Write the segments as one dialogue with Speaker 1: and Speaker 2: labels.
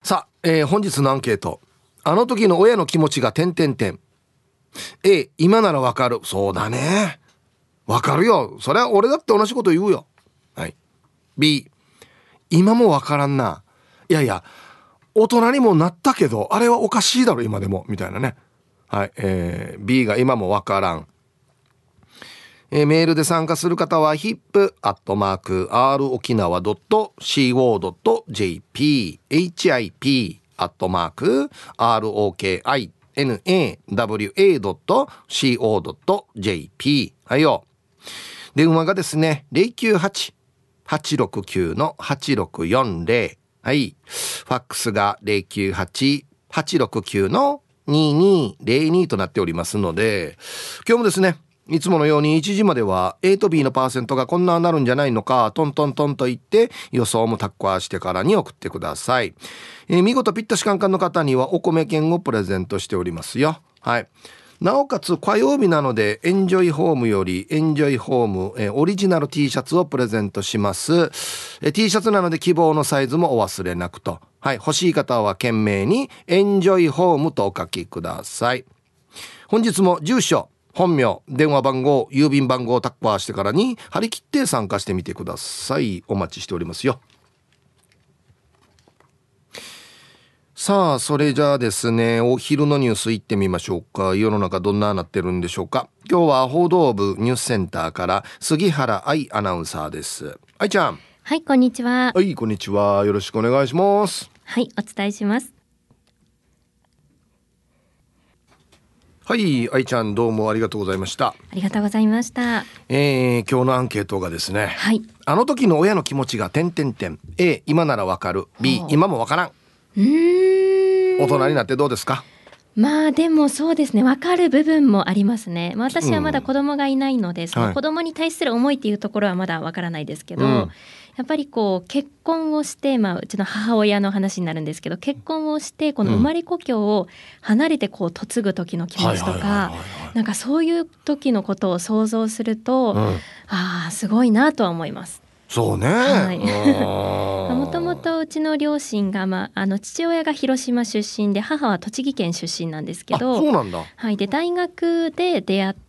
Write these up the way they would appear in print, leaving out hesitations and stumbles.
Speaker 1: さあ、本日のアンケート。あの時の親の気持ちが点々点。A、今ならわかる。そうだね。わかるよ。それは俺だって同じこと言うよ。はい。B、今もわからんな。いやいや、大人にもなったけど、あれはおかしいだろ、今でも。みたいなね。はい。B が今もわからん。メールで参加する方は hip@rokinawa.co.jp hip@rokinawa.co.jp はいよ。電話がですね 098-869-8640 はい。ファックスが 098-869-2202 となっておりますので、今日もですねいつものように1時までは A と B のパーセントがこんななるんじゃないのかトントントンと言って予想もタッカーしてからに送ってください。見事ピッタシカンカンの方にはお米券をプレゼントしておりますよ。はい。なおかつ火曜日なのでエンジョイホームよりエンジョイホームオリジナル T シャツをプレゼントします。T シャツなので希望のサイズもお忘れなくと。はい。欲しい方は懸命にエンジョイホームとお書きください。本日も住所本名、電話番号、郵便番号をタッカーしてからに張り切って参加してみてください。お待ちしておりますよ。さあ、それじゃあですね、お昼のニュース行ってみましょうか。世の中どんななってるんでしょうか。今日は報道部ニュースセンターから杉原愛アナウンサーです。愛ちゃん。
Speaker 2: はい、こんにちは。
Speaker 1: はい、こんにちは。よろしくお願いします。
Speaker 2: はい、お伝えします。
Speaker 1: はい、愛ちゃんどうもありがとうございました。
Speaker 2: ありがとうございました。
Speaker 1: 今日のアンケートがですね、
Speaker 2: はい、
Speaker 1: あの時の親の気持ちが点々点。A、今ならわかる。B、今もわからん。大人になってどうですか？
Speaker 2: まあでもそうですね、分かる部分もありますね。私はまだ子供がいないので、その子供に対する思いっていうところはまだ分からないですけど、やっぱりこう結婚をして、うちの母親の話になるんですけど、結婚をしてこの生まれ故郷を離れてこう嫁ぐ時の気持ちとか、なんかそういう時のことを想像すると、すごいなとは思います。
Speaker 1: そうね。
Speaker 2: はい。もともとうちの両親が、父親が広島出身で母は栃木県出身なんですけど、
Speaker 1: そうなんだ。
Speaker 2: はい、で大学で出会って、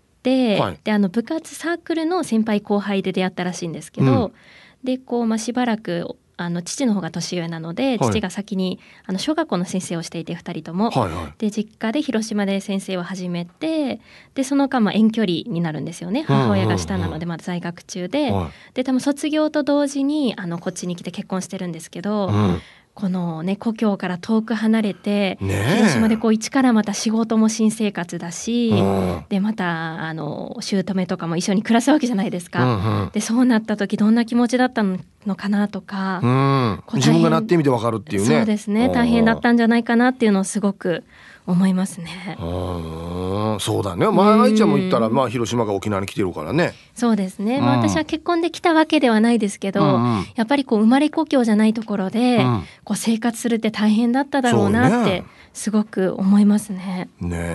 Speaker 1: はい、
Speaker 2: で部活サークルの先輩後輩で出会ったらしいんですけど、でこう、しばらく父の方が年上なので、父が先に小学校の先生をしていて2人とも、で実家で広島で先生を始めて、でその間遠距離になるんですよね。母親が下なのでまだ在学中で、で多分卒業と同時にこっちに来て結婚してるんですけど、このね故郷から遠く離れて、広島でこう一からまた仕事も新生活だし、でまた姑とかも一緒に暮らすわけじゃないですか。でそうなった時どんな気持ちだったのかなとか、
Speaker 1: 自分がなってみてわかるっていうね。
Speaker 2: そうですね、大変だったんじゃないかなっていうのをすごく思いますね。
Speaker 1: そうだね。愛ちゃんも言ったら、広島が沖縄に来てるからね。
Speaker 2: そうですね。私は結婚できたわけではないですけど、やっぱりこう生まれ故郷じゃないところで、こう生活するって大変だっただろうなってすごく思いますね。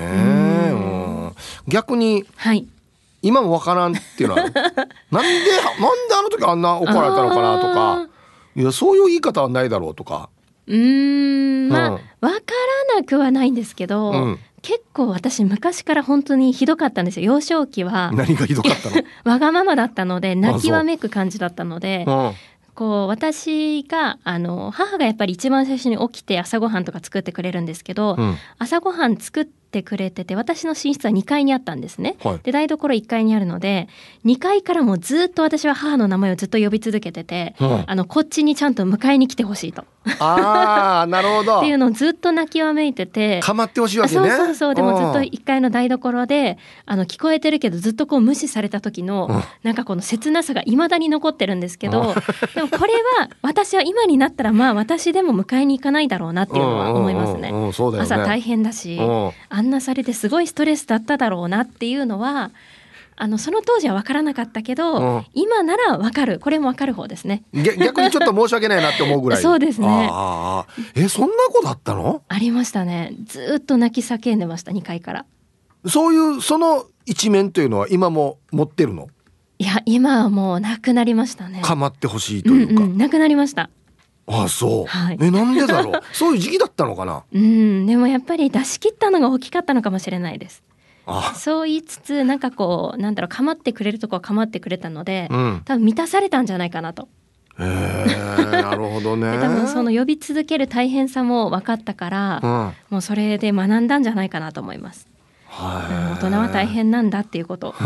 Speaker 1: 逆に、今もわからんっていうのはなんであの時あんな怒られたのかなとか、いやそういう言い方はないだろうとか。
Speaker 2: 分からなくはないんですけど、結構私昔から本当にひどかったんですよ。幼少期は
Speaker 1: 何がひどかったの？
Speaker 2: わがままだったので、泣きわめく感じだったので、こう私が母がやっぱり一番最初に起きて朝ごはんとか作ってくれるんですけど、朝ごはん作ってくれてて、私の寝室は2階にあったんですね。で台所1階にあるので、2階からもずっと私は母の名前をずっと呼び続けてて、こっちにちゃんと迎えに来てほしいと。
Speaker 1: なるほど。
Speaker 2: っていうのをずっと泣きわめいてて、
Speaker 1: 構ってほしいわけね。
Speaker 2: そうでもずっと1階の台所で聞こえてるけどずっとこう無視された時の、なんかこの切なさが未だに残ってるんですけど、でもこれは私は今になったら私でも迎えに行かないだろうなっていうのは思いますね。朝大変だし、あんなされてすごいストレスだっただろうなっていうのはその当時は分からなかったけど、今なら分かる。これも分かる方ですね。
Speaker 1: 逆にちょっと申し訳ないなって思うぐらい。
Speaker 2: そうですね。
Speaker 1: そんなことあったの？
Speaker 2: ありましたね。ずっと泣き叫んでました、2階から。
Speaker 1: そういうその一面というのは今も持ってるの？
Speaker 2: いや今はもうなくなりましたね。
Speaker 1: 構ってほしいというか、
Speaker 2: なくなりました。
Speaker 1: あ、そう、
Speaker 2: はい、
Speaker 1: なんでだろうそういう時期だったのかな。
Speaker 2: でもやっぱり出し切ったのが大きかったのかもしれないです。
Speaker 1: あ、
Speaker 2: そう言いつつなんかこうなんだろう、構ってくれるとこは構ってくれたので、
Speaker 1: うん、
Speaker 2: 多分満たされたんじゃないかなと。
Speaker 1: へえ、なるほどね。
Speaker 2: で多分その呼び続ける大変さも分かったから、
Speaker 1: うん、
Speaker 2: もうそれで学んだんじゃないかなと思います。大人は大変なんだっていうこと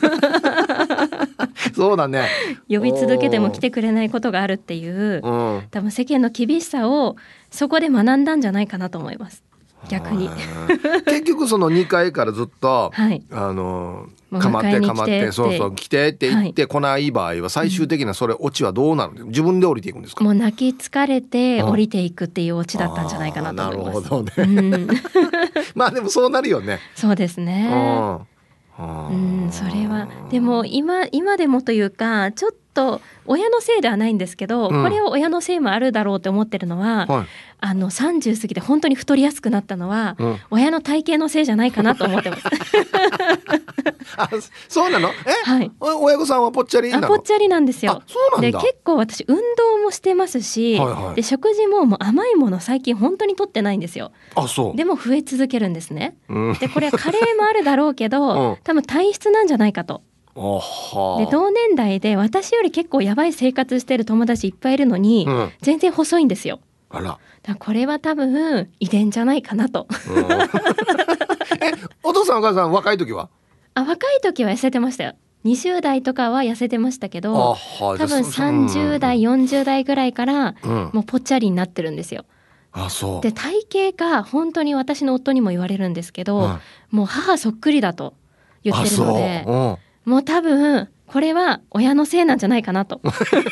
Speaker 1: そうだね。
Speaker 2: 呼び続けても来てくれないことがあるっていう、多分世間の厳しさをそこで学んだんじゃないかなと思います。逆に
Speaker 1: 結局その2階からずっと、
Speaker 2: はい、
Speaker 1: かまってそうそう来てって言ってこない場合は最終的なそれオチはどうなるの？自分で降りていくんですか？
Speaker 2: もう泣き疲れて降りていくっていうオチだったんじゃないかなと思います。
Speaker 1: なるほどね、まあでもそうなるよね。
Speaker 2: そうですね。それはでも今でもというかちょっと親のせいではないんですけど、これは親のせいもあるだろうって思ってるのは、30過ぎて本当に太りやすくなったのは、親の体型のせいじゃないかなと思ってます
Speaker 1: あ、そうなの？
Speaker 2: はい、
Speaker 1: 親御さんはぽっちゃりなの？
Speaker 2: ぽっちゃりなんですよ。
Speaker 1: そうなんだ。
Speaker 2: で結構私運動もしてますし、で食事も甘いもの最近本当に取ってないんですよ。
Speaker 1: あ、そう。
Speaker 2: でも増え続けるんですね、でこれは加齢もあるだろうけど、多分体質なんじゃないかと。で同年代で私より結構やばい生活してる友達いっぱいいるのに、全然細いんですよ。
Speaker 1: あら、
Speaker 2: これは多分遺伝じゃないかなと
Speaker 1: お父さんお母さん若い時は？
Speaker 2: 若い時は痩せてましたよ。20代とかは痩せてましたけど、多分30代40代ぐらいからもうぽっちゃりになってるんですよ。
Speaker 1: あ、そう。
Speaker 2: で体型が本当に私の夫にも言われるんですけど、もう母そっくりだと言ってるので、もう多分これは親のせいなんじゃないかなと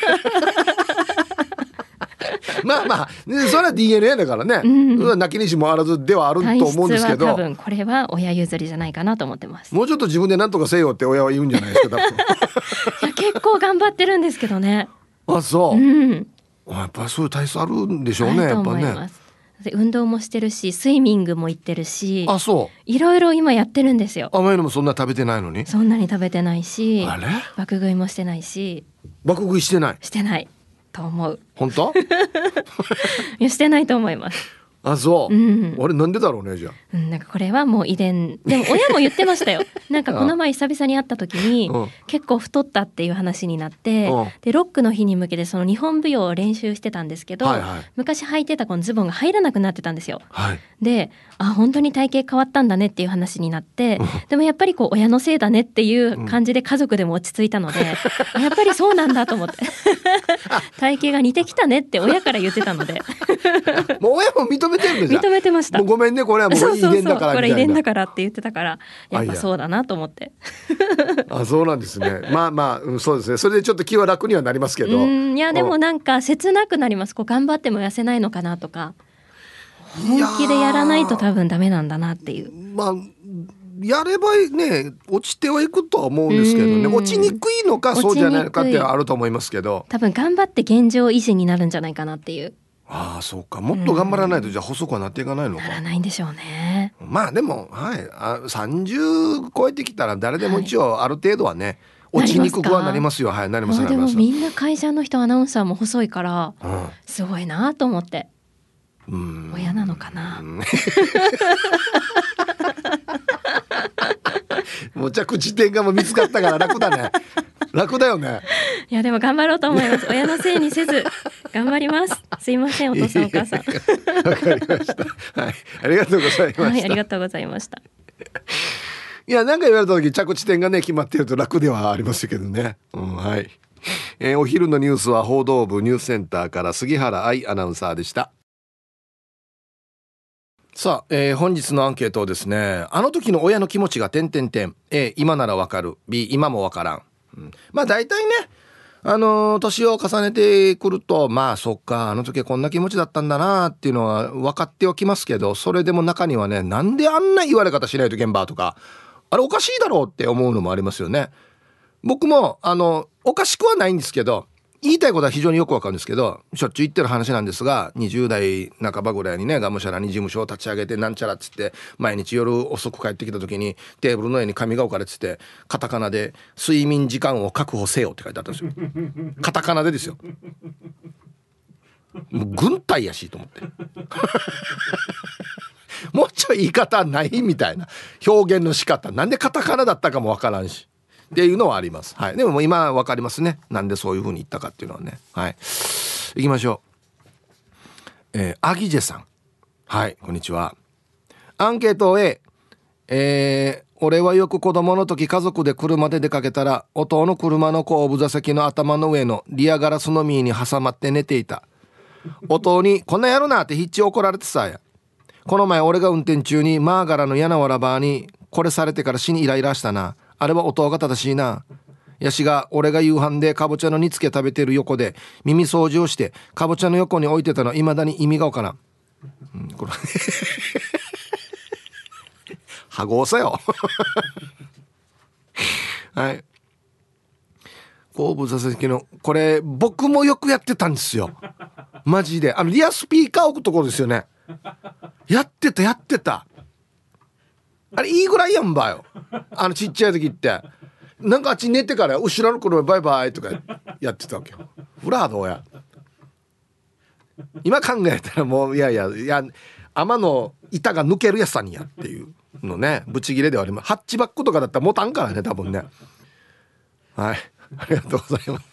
Speaker 1: まあまあそれは DNA だからね、泣きにしもあらずではあると思うんですけど、
Speaker 2: 体質は多分これは親譲りじゃないかなと思ってます。
Speaker 1: もうちょっと自分で何とかせよって親は言うんじゃないですか。
Speaker 2: いや結構頑張ってるんですけどね。
Speaker 1: あ、そう、やっぱりそういう体質あるんでしょうね。やっぱね。
Speaker 2: で運動もしてるしスイミングも行ってるし、
Speaker 1: あ、そう、
Speaker 2: いろいろ今やってるんですよ。
Speaker 1: 甘いのもそんな食べてないのに？
Speaker 2: そんなに食べてないし、
Speaker 1: あれ
Speaker 2: 爆食いもしてないし。
Speaker 1: 爆食いしてない
Speaker 2: と思う。
Speaker 1: 本当？
Speaker 2: いやしてないと思います。
Speaker 1: あ、そう、あれなんでだろうね。じゃあ、
Speaker 2: なんかこれはもう遺伝でも親も言ってましたよ。なんかこの前久々に会った時に結構太ったっていう話になって、でロックの日に向けてその日本舞踊を練習してたんですけど、昔履いてたこのズボンが入らなくなってたんですよ。で本当に体型変わったんだねっていう話になって、でもやっぱりこう親のせいだねっていう感じで家族でも落ち着いたので、やっぱりそうなんだと思って体型が似てきたねって親から言ってたので
Speaker 1: もう親も認めてるんですよ。
Speaker 2: 認めてました。
Speaker 1: もうごめんね、これはもう遺伝だからみたいな。
Speaker 2: これ遺伝だからって言ってたから、やっぱそうだなと思って
Speaker 1: そうなんですね。まあまあ、そうですね。それでちょっと気は楽にはなりますけど、
Speaker 2: いやでもなんか切なくなります。こう頑張っても痩せないのかなとか、本気でやらないと多分ダメなんだなっていう。
Speaker 1: まあやればね落ちてはいくとは思うんですけどね、落ちにくいのかそうじゃないのかってあると思いますけど、
Speaker 2: 多分頑張って現状維持になるんじゃないかなっていう。
Speaker 1: ああ、そうか。もっと頑張らないとじゃあ細くはなっていかないのか。
Speaker 2: ならないんでしょうね。
Speaker 1: まあでも、30超えてきたら誰でも一応ある程度はね、落ちにくくはなりますよ。なりますなります。
Speaker 2: でもみんな会社の人アナウンサーも細いから、すごいなと思って。親なのかな。
Speaker 1: もう着地点がもう見つかったから楽だね。楽だよね。
Speaker 2: いやでも頑張ろうと思います。親のせいにせず頑張ります。すいませんお父さんお母さん。
Speaker 1: わかりました。はい、ありがとうございました。
Speaker 2: はい、ありがとうございました。
Speaker 1: いや、なんか言われた時着地点がね決まってると楽ではありますけどね。はい。お昼のニュースは報道部ニュースセンターから杉原愛アナウンサーでした。さあ、本日のアンケートをですね、あの時の親の気持ちが点々点 A 今ならわかる B 今もわからん、まあ大体ね年を重ねてくるとまあそっかあの時はこんな気持ちだったんだなっていうのは分かっておきますけど、それでも中にはねなんであんな言われ方しないと現場とかあれおかしいだろうって思うのもありますよね。僕もおかしくはないんですけど言いたいことは非常によくわかるんですけど、しょっちゅう言ってる話なんですが、20代半ばぐらいにねがむしゃらに事務所を立ち上げてなんちゃらっつって毎日夜遅く帰ってきた時にテーブルの上に紙が置かれててカタカナで睡眠時間を確保せよって書いてあったんですよ。カタカナでですよ。 もう軍隊やしと思ってもうちょい言い方ないみたいな表現の仕方、なんでカタカナだったかもわからんしっていうのはあります。はい、でももう今わかりますね、なんでそういう風に言ったかっていうのはね。はい、行きましょう。アギジェさん、はい、こんにちは。アンケート A、俺はよく子供の時家族で車で出かけたら、弟の車の後部座席の頭の上のリアガラスのミーに挟まって寝ていた。弟にこんなやるなってヒッチ怒られてさや。この前俺が運転中にマーガラの柳原バーにこれされてから死にイライラしたな。あれは弟が正しいな。ヤシが俺が夕飯でかぼちゃの煮付け食べてる横で耳掃除をしてかぼちゃの横に置いてたの未だに意味がわからん、これはごうさよはい、後部座席のこれ僕もよくやってたんですよマジで。リアスピーカー置くところですよね。やってたあれいいぐらいやんばよ。ちっちゃい時ってなんかあっち寝てから後ろの車バイバイとかやってたわけよ。フラードや。今考えたらもういや天の板が抜けるやつさんやっていうのね、ブチギレではあります。ハッチバックとかだったら持たんからね多分ね。はい、ありがとうございます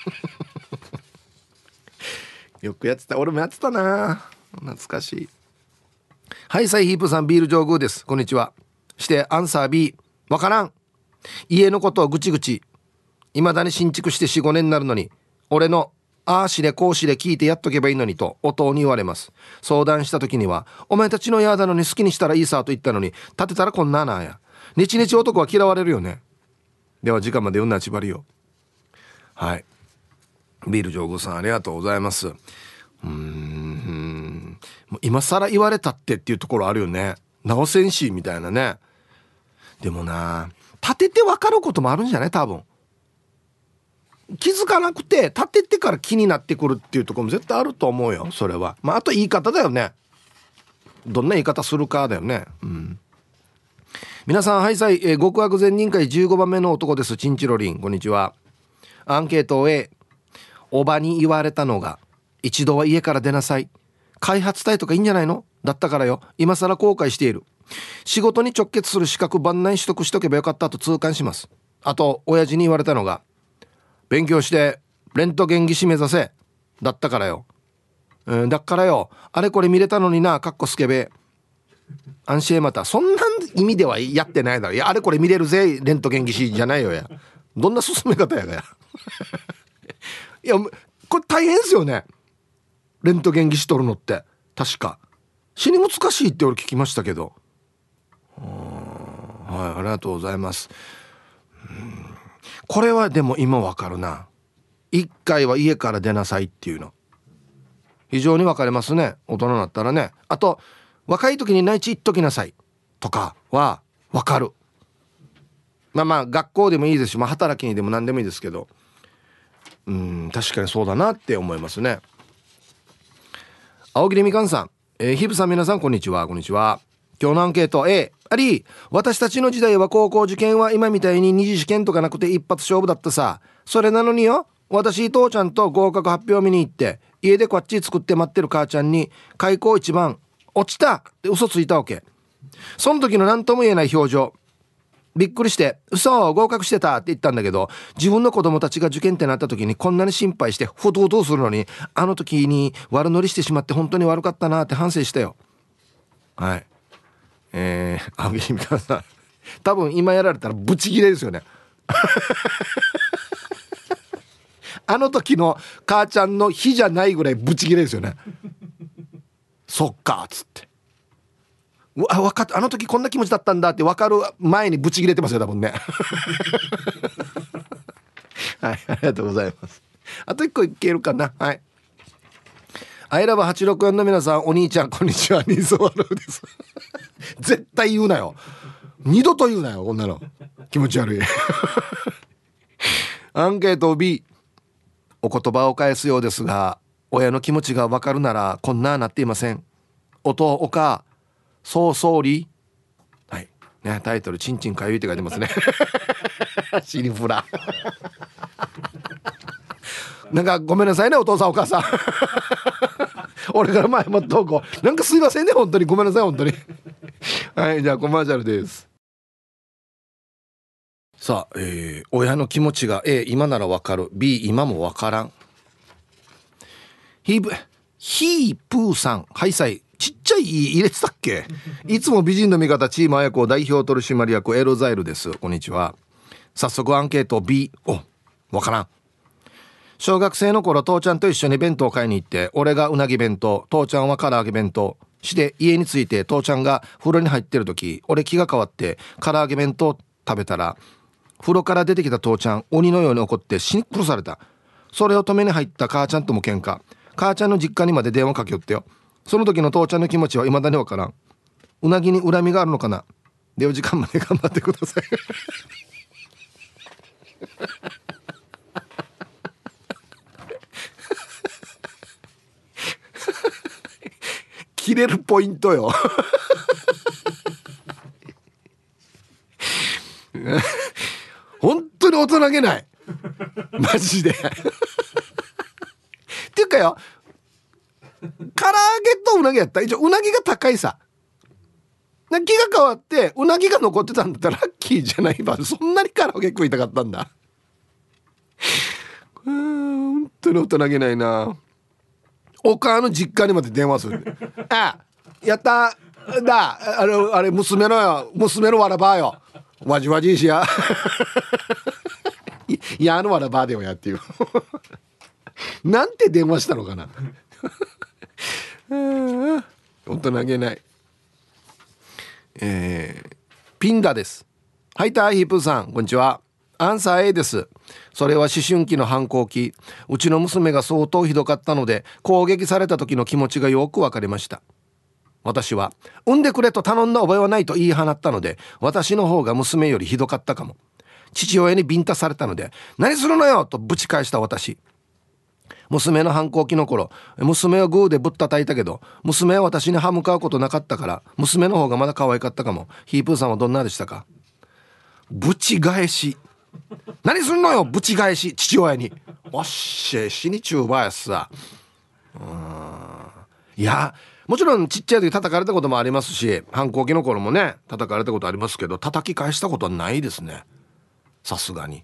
Speaker 1: よくやってた、俺もやってたな、懐かしい。はい、サイヒープさん、ビール上宮です、こんにちは。してアンサー B、 わからん。家のことをぐちぐち、未だに新築して 4,5 年になるのに俺のああしれこうしれ聞いてやっとけばいいのにと弟に言われます。相談した時にはお前たちのやだのに好きにしたらいいさと言ったのに立てたらこんななや。ネチネチ男は嫌われるよね。では時間まで読んだちばりよ。はい、ビール上宮さんありがとうございます。もう今更言われたっていうところあるよね。直せんしみたいなね。でもな、立てて分かることもあるんじゃない、多分。気づかなくて立ててから気になってくるっていうところも絶対あると思うよ、それは。あと言い方だよね。どんな言い方するかだよね。皆さん、はいさい、極悪善人会15番目の男です。チンチロリン、こんにちは。アンケート A、 おばに言われたのが一度は家から出なさい、開発隊とかいいんじゃないのだったからよ、今更後悔している。仕事に直結する資格万内取得しとけばよかったと痛感します。あと親父に言われたのが勉強してレントゲン技師目指せだったからよ、だからよ、あれこれ見れたのにな、かっこスケベ安心。またそんな意味ではやってないだろ。いや、あれこれ見れるぜレントゲン技師じゃないよや。どんな進め方やがやいやこれ大変ですよね、レントゲン技師取るのって。確か死に難しいって俺聞きましたけど。はい、ありがとうございます。これはでも今わかるな。一回は家から出なさいっていうの非常に分かれますね、大人になったらね。あと若い時に内地行っときなさいとかは分かる。まあ学校でもいいですし、働きにでも何でもいいですけど、確かにそうだなって思いますね。青桐みかんさん、ヒブさん、皆さんこんにちは。こんにちは。今日のアンケート A、 私たちの時代は高校受験は今みたいに二次試験とかなくて一発勝負だったさ。それなのによ、私父ちゃんと合格発表見に行って家でこっち作って待ってる母ちゃんに開口一番落ちたって嘘ついたわけ。その時の何とも言えない表情、びっくりして嘘合格してたって言ったんだけど、自分の子供たちが受験ってなった時にこんなに心配してふとふとするのに、あの時に悪乗りしてしまって本当に悪かったなって反省したよ。はい、青木みかんさん、多分今やられたらブチギレですよねあの時の母ちゃんの日じゃないぐらいブチギレですよねそっかっつって、分かった、あの時こんな気持ちだったんだって分かる前にブチギレてますよ多分ねはい、ありがとうございます。あと一個いけるかな。はい、アイラブ864の皆さん、お兄ちゃんこんにちは、ニゾワルです絶対言うなよ、二度と言うなよこんなの、気持ち悪いアンケート B、 お言葉を返すようですが親の気持ちが分かるならこんななっていません。おとおかそう総理、はいね、タイトルチンチンかゆいって書いてますねシリフラなんかごめんなさいねお父さんお母さん俺から前もっとこうなんかすいませんね本当にごめんなさい本当にはいじゃあコマーシャルです。さあ、親の気持ちが A 今ならわかる B 今もわからん。ヒープーさんはいさいちっちゃい入れてたっけいつも美人の味方チームあやこ代表取締役エロザイルです。こんにちは。早速アンケート B わからん。小学生の頃父ちゃんと一緒に弁当を買いに行って俺がうなぎ弁当父ちゃんは唐揚げ弁当して家に着いて父ちゃんが風呂に入ってる時俺気が変わって唐揚げ弁当食べたら風呂から出てきた父ちゃん鬼のように怒って死に殺された。それを止めに入った母ちゃんとも喧嘩。母ちゃんの実家にまで電話かけよってよ。その時の父ちゃんの気持ちは未だにわからん。うなぎに恨みがあるのかな。でお時間まで頑張ってください切れるポイントよ本当に大人げないマジでっていうかよ唐揚げとうなぎやったら一応うなぎが高いさ気が変わってうなぎが残ってたんだったらラッキーじゃないばそんなに唐揚げ食いたかったんだ本当に大人げないな。お母の実家にまで電話するあやっただあれ娘のわらばーよわじわじいしやいやわらばーでよやっていうなんて電話したのかな大人げない。ピンダです。はいたーヒープーさんこんにちは。アンサー A です。それは思春期の反抗期。うちの娘が相当ひどかったので攻撃された時の気持ちがよく分かりました。私は産んでくれと頼んだ覚えはないと言い放ったので私の方が娘よりひどかったかも。父親にビンタされたので何するのよとぶち返した私。娘の反抗期の頃娘をグーでぶったたいたけど娘は私に歯向かうことなかったから娘の方がまだ可愛かったかも。ヒープーさんはどんなでしたか。ぶち返し何すんのよぶち返し父親におっしゃ死にちゅうばやさ。いやもちろんちっちゃい時叩かれたこともありますし反抗期の頃もね叩かれたことありますけど叩き返したことはないですねさすがに。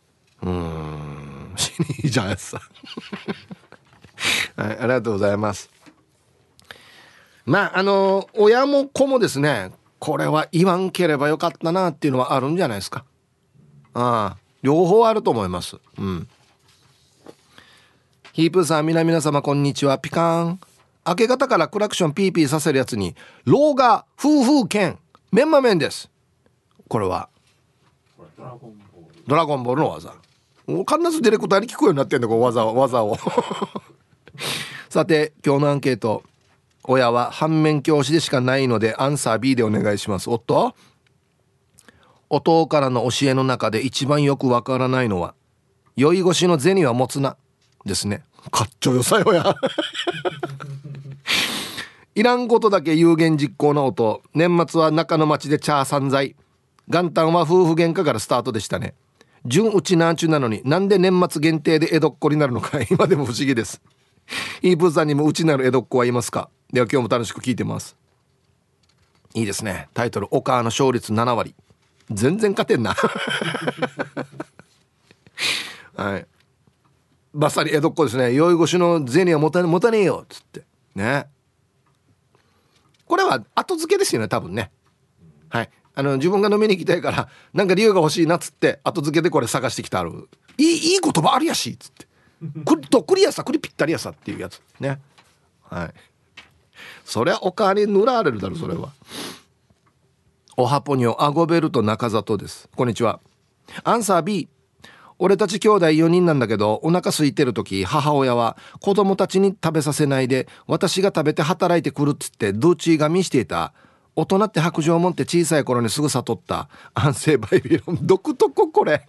Speaker 1: 死にじゃやさはいありがとうございます。まあ親も子もですねこれは言わんければよかったなっていうのはあるんじゃないですか。両方あると思います。ヒープーさん皆様こんにちは。ピカーン明け方からクラクションピーピーさせるやつに老眼夫婦剣メンマメンです。これはドラゴンボールの技必ずディレクターに聞くようになってんだこう技をさて今日のアンケート親は反面教師でしかないのでアンサー B でお願いします。音からの教えの中で一番よくわからないのは酔い越しの銭は持つなですね。かっちょよさよやいらんことだけ有言実行の音。年末は中の町でチャー散財元旦は夫婦喧嘩からスタートでしたね。純うちなんちゅなのになんで年末限定で江戸っ子になるのか今でも不思議です。イープーさんにもうちなる江戸っ子はいますか。では今日も楽しく聞いてます。いいですね。タイトルお母の勝率7割全然勝てんなはいバッサリ江戸っ子ですね。酔い越しの銭は持たねえよっつってね。これは後付けですよね多分ね。はい自分が飲みに行きたいからなんか理由が欲しいなっつって後付けでこれ探してきてあるいい言葉あるやしっつってクリやさクリぴったりやさっていうやつね。はいそりゃお母に塗られるだろそれは。おはぽにょアゴベルト中里です。こんにちは。アンサー B。 俺たち兄弟4人なんだけどお腹空いてる時母親は子供たちに食べさせないで私が食べて働いてくるっつってドゥーチーが見していた。大人って白状もんって小さい頃にすぐ悟った安静バイビロン独特これ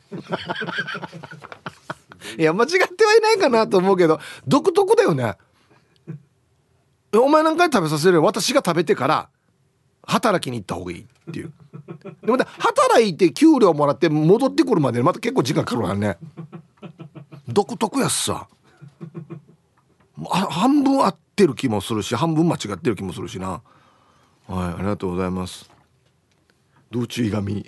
Speaker 1: いや間違ってはいないかなと思うけど独特だよね。お前何回食べさせるよ私が食べてから働きに行った方がいいっていうでも働いて給料もらって戻ってくるまでまた結構時間かかるからね独特やっさ半分ってる気もするし、半分間違ってる気もするしな。はい、ありがとうございます。どうちゅいがみ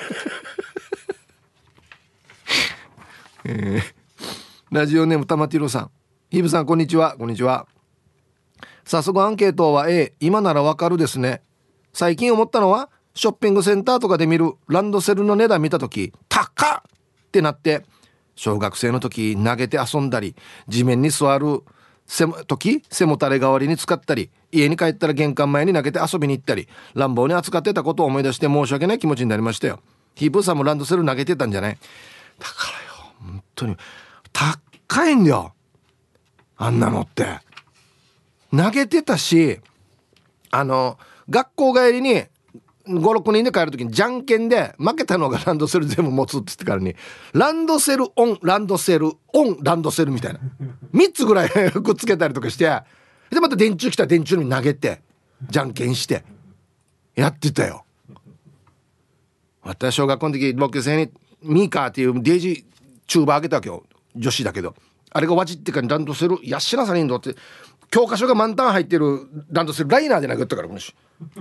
Speaker 1: ラジオネームたまてろさん、ヒブさんこんにちは。こんにちは。早速アンケートは A、 今ならわかるですね。最近思ったのは、ショッピングセンターとかで見るランドセルの値段見た時高っってなって、小学生の時投げて遊んだり、地面に座る時背もたれ代わりに使ったり、家に帰ったら玄関前に投げて遊びに行ったり、乱暴に扱ってたことを思い出して申し訳ない気持ちになりましたよ。ヒープーさんもランドセル投げてたんじゃない？だからよ、本当に高いんだよ、あんなのって。投げてたし、学校帰りに5、6人で帰るときにじゃんけんで負けたのがランドセル全部持つって言ってからに、ランドセルオンランドセルオンランドセルみたいな3つぐらいくっつけたりとかして、でまた電柱来たら電柱に投げてじゃんけんしてやってたよ。私は小学校の時6年生にミーカーっていうデイジーチューバーあげたわけよ、女子だけど。あれがわじってからランドセルやっしなさにんどって教科書が満タン入ってるランドセルライナーで殴ったからもし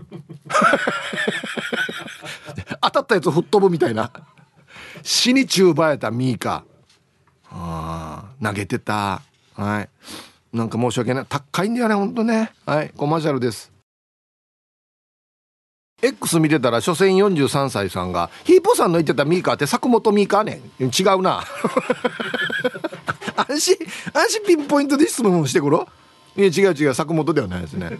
Speaker 1: 当たったやつ吹っ飛ぶみたいな、死にチューバーやったミーカー投げてた。はい、なんか申し訳ない、高いんだよねほんとね。はい、コマーシャルです。 X 見てたら所詮43歳さんが、ヒーポーさんの言ってたミーカーって坂本ミーカーねん、違うな安心ピンポイントで質問してくろ。いや違う坂本ではないですね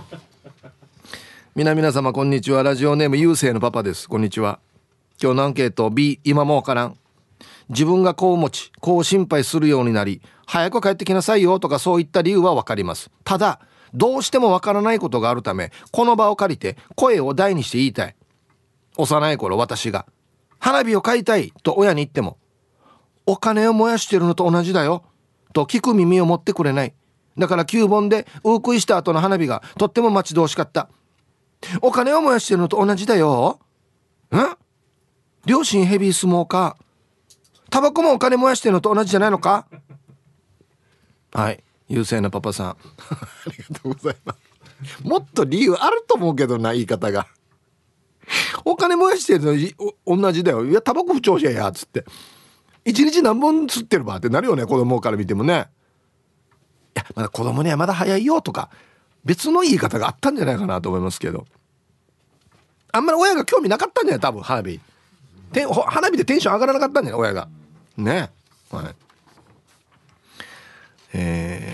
Speaker 1: 皆様こんにちは。ラジオネームゆうせいのパパです。こんにちは。今日のアンケート B、 今もわからん。自分がこう持ちこう心配するようになり、早く帰ってきなさいよとかそういった理由はわかります。ただどうしてもわからないことがあるため、この場を借りて声を大にして言いたい。幼い頃私が花火を買いたいと親に言っても、お金を燃やしてるのと同じだよと聞く耳を持ってくれない。だから9本でウー食いした後の花火がとっても待ち遠しかった。お金を燃やしてるのと同じだよ。両親ヘビースモーカー、タバコもお金燃やしてるのと同じじゃないのか。はい、優勢なパパさんありがとうございます。もっと理由あると思うけどな、言い方が。お金燃やしてるの同じだよ。いやタバコ不調子やっつって、一日何本吸ってるばってなるよね、子供から見てもね。いやまだ子供にはまだ早いよとか別の言い方があったんじゃないかなと思いますけど、あんまり親が興味なかったんじゃない、多分花火でテンション上がらなかったんじゃない親がね。はい、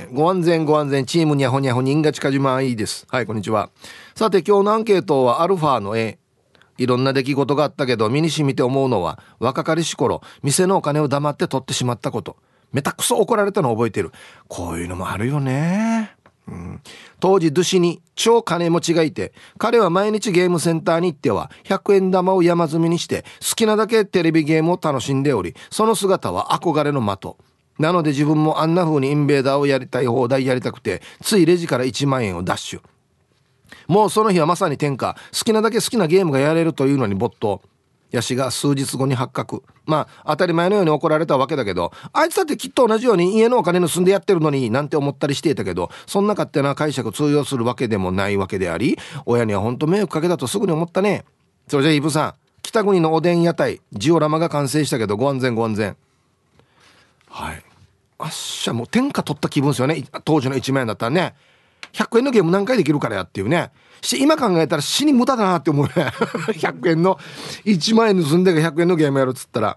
Speaker 1: ご安全チームにゃほにゃほ人が近島いいです。はい、こんにちは。さて今日のアンケートはアルファの A。 いろんな出来事があったけど身に染みて思うのは、若かりし頃店のお金を黙って取ってしまったこと、めたくそ怒られたのを覚えてる。こういうのもあるよね。当時ドゥシに超金持ちがいて、彼は毎日ゲームセンターに行っては100円玉を山積みにして好きなだけテレビゲームを楽しんでおり、その姿は憧れの的なので、自分もあんな風にインベーダーをやりたい放題やりたくて、ついレジから1万円をダッシュ。もうその日はまさに天下、好きなだけ好きなゲームがやれるというのに没頭。ヤシが数日後に発覚。まあ当たり前のように怒られたわけだけど、あいつだってきっと同じように家のお金盗んでやってるのになんて思ったりしていたけど、そんな勝手な解釈通用するわけでもないわけであり、親には本当迷惑かけたとすぐに思ったね。それじゃあイブさん、北国のおでん屋台ジオラマが完成したけどご安全。はい、あっしゃもう天下取った気分ですよね。当時の1万円だったらね、100円のゲーム何回できるからやっていうね。今考えたら死に無駄だなって思うね100円の1万円盗んでが100円のゲームやるっつったら、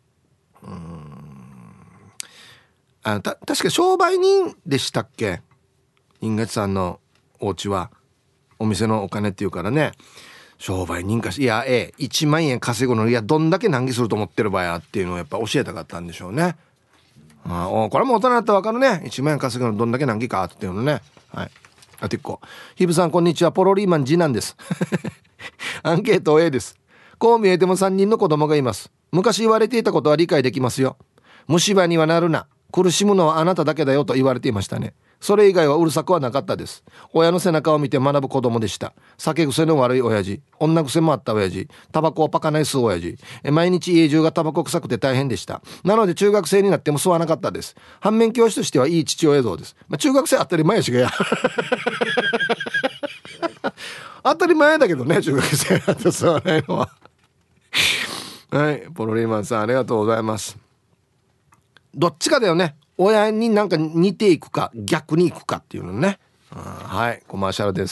Speaker 1: 確か商売人でしたっけ、新勝さんのお家は。お店のお金っていうからね、商売人かし、いや1万円稼ぐの、いやどんだけ難儀すると思ってる場合やっていうのをやっぱ教えたかったんでしょうね。これも大人だったら分かるね、1万円稼ぐのどんだけ難儀かっていうのね。はい、あてっこヒブさんこんにちは。ポロリーマン次男ですアンケート A です。こう見えても3人の子供がいます。昔言われていたことは理解できますよ。虫歯にはなるな、 苦しむのはあなただけだよと言われていましたね。それ以外はうるさくはなかったです。親の背中を見て学ぶ子供でした。酒癖の悪い親父、女癖もあった親父、タバコをパカない吸う親父、毎日家中がタバコ臭くて大変でした。なので中学生になっても吸わなかったです。反面教師としてはいい父親像です。中学生当たり前やしがや当たり前だけどね、中学生だと吸わないのははい、ポロリーマンさんありがとうございます。どっちかだよね、親になんか似ていくか逆にいくかっていうのね。はい、コマーシャルです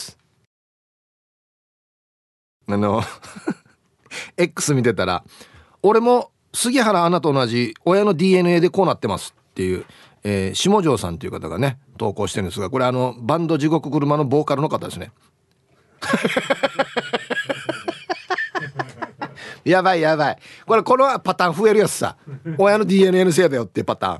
Speaker 1: 。X 見てたら、俺も杉原アナと同じ親の DNA でこうなってますっていう、下條さんという方がね投稿してるんですが、これバンド地獄車のボーカルの方ですねやばいやばい、このパターン増えるやつさ、親の DNA のせいだよっていうパターン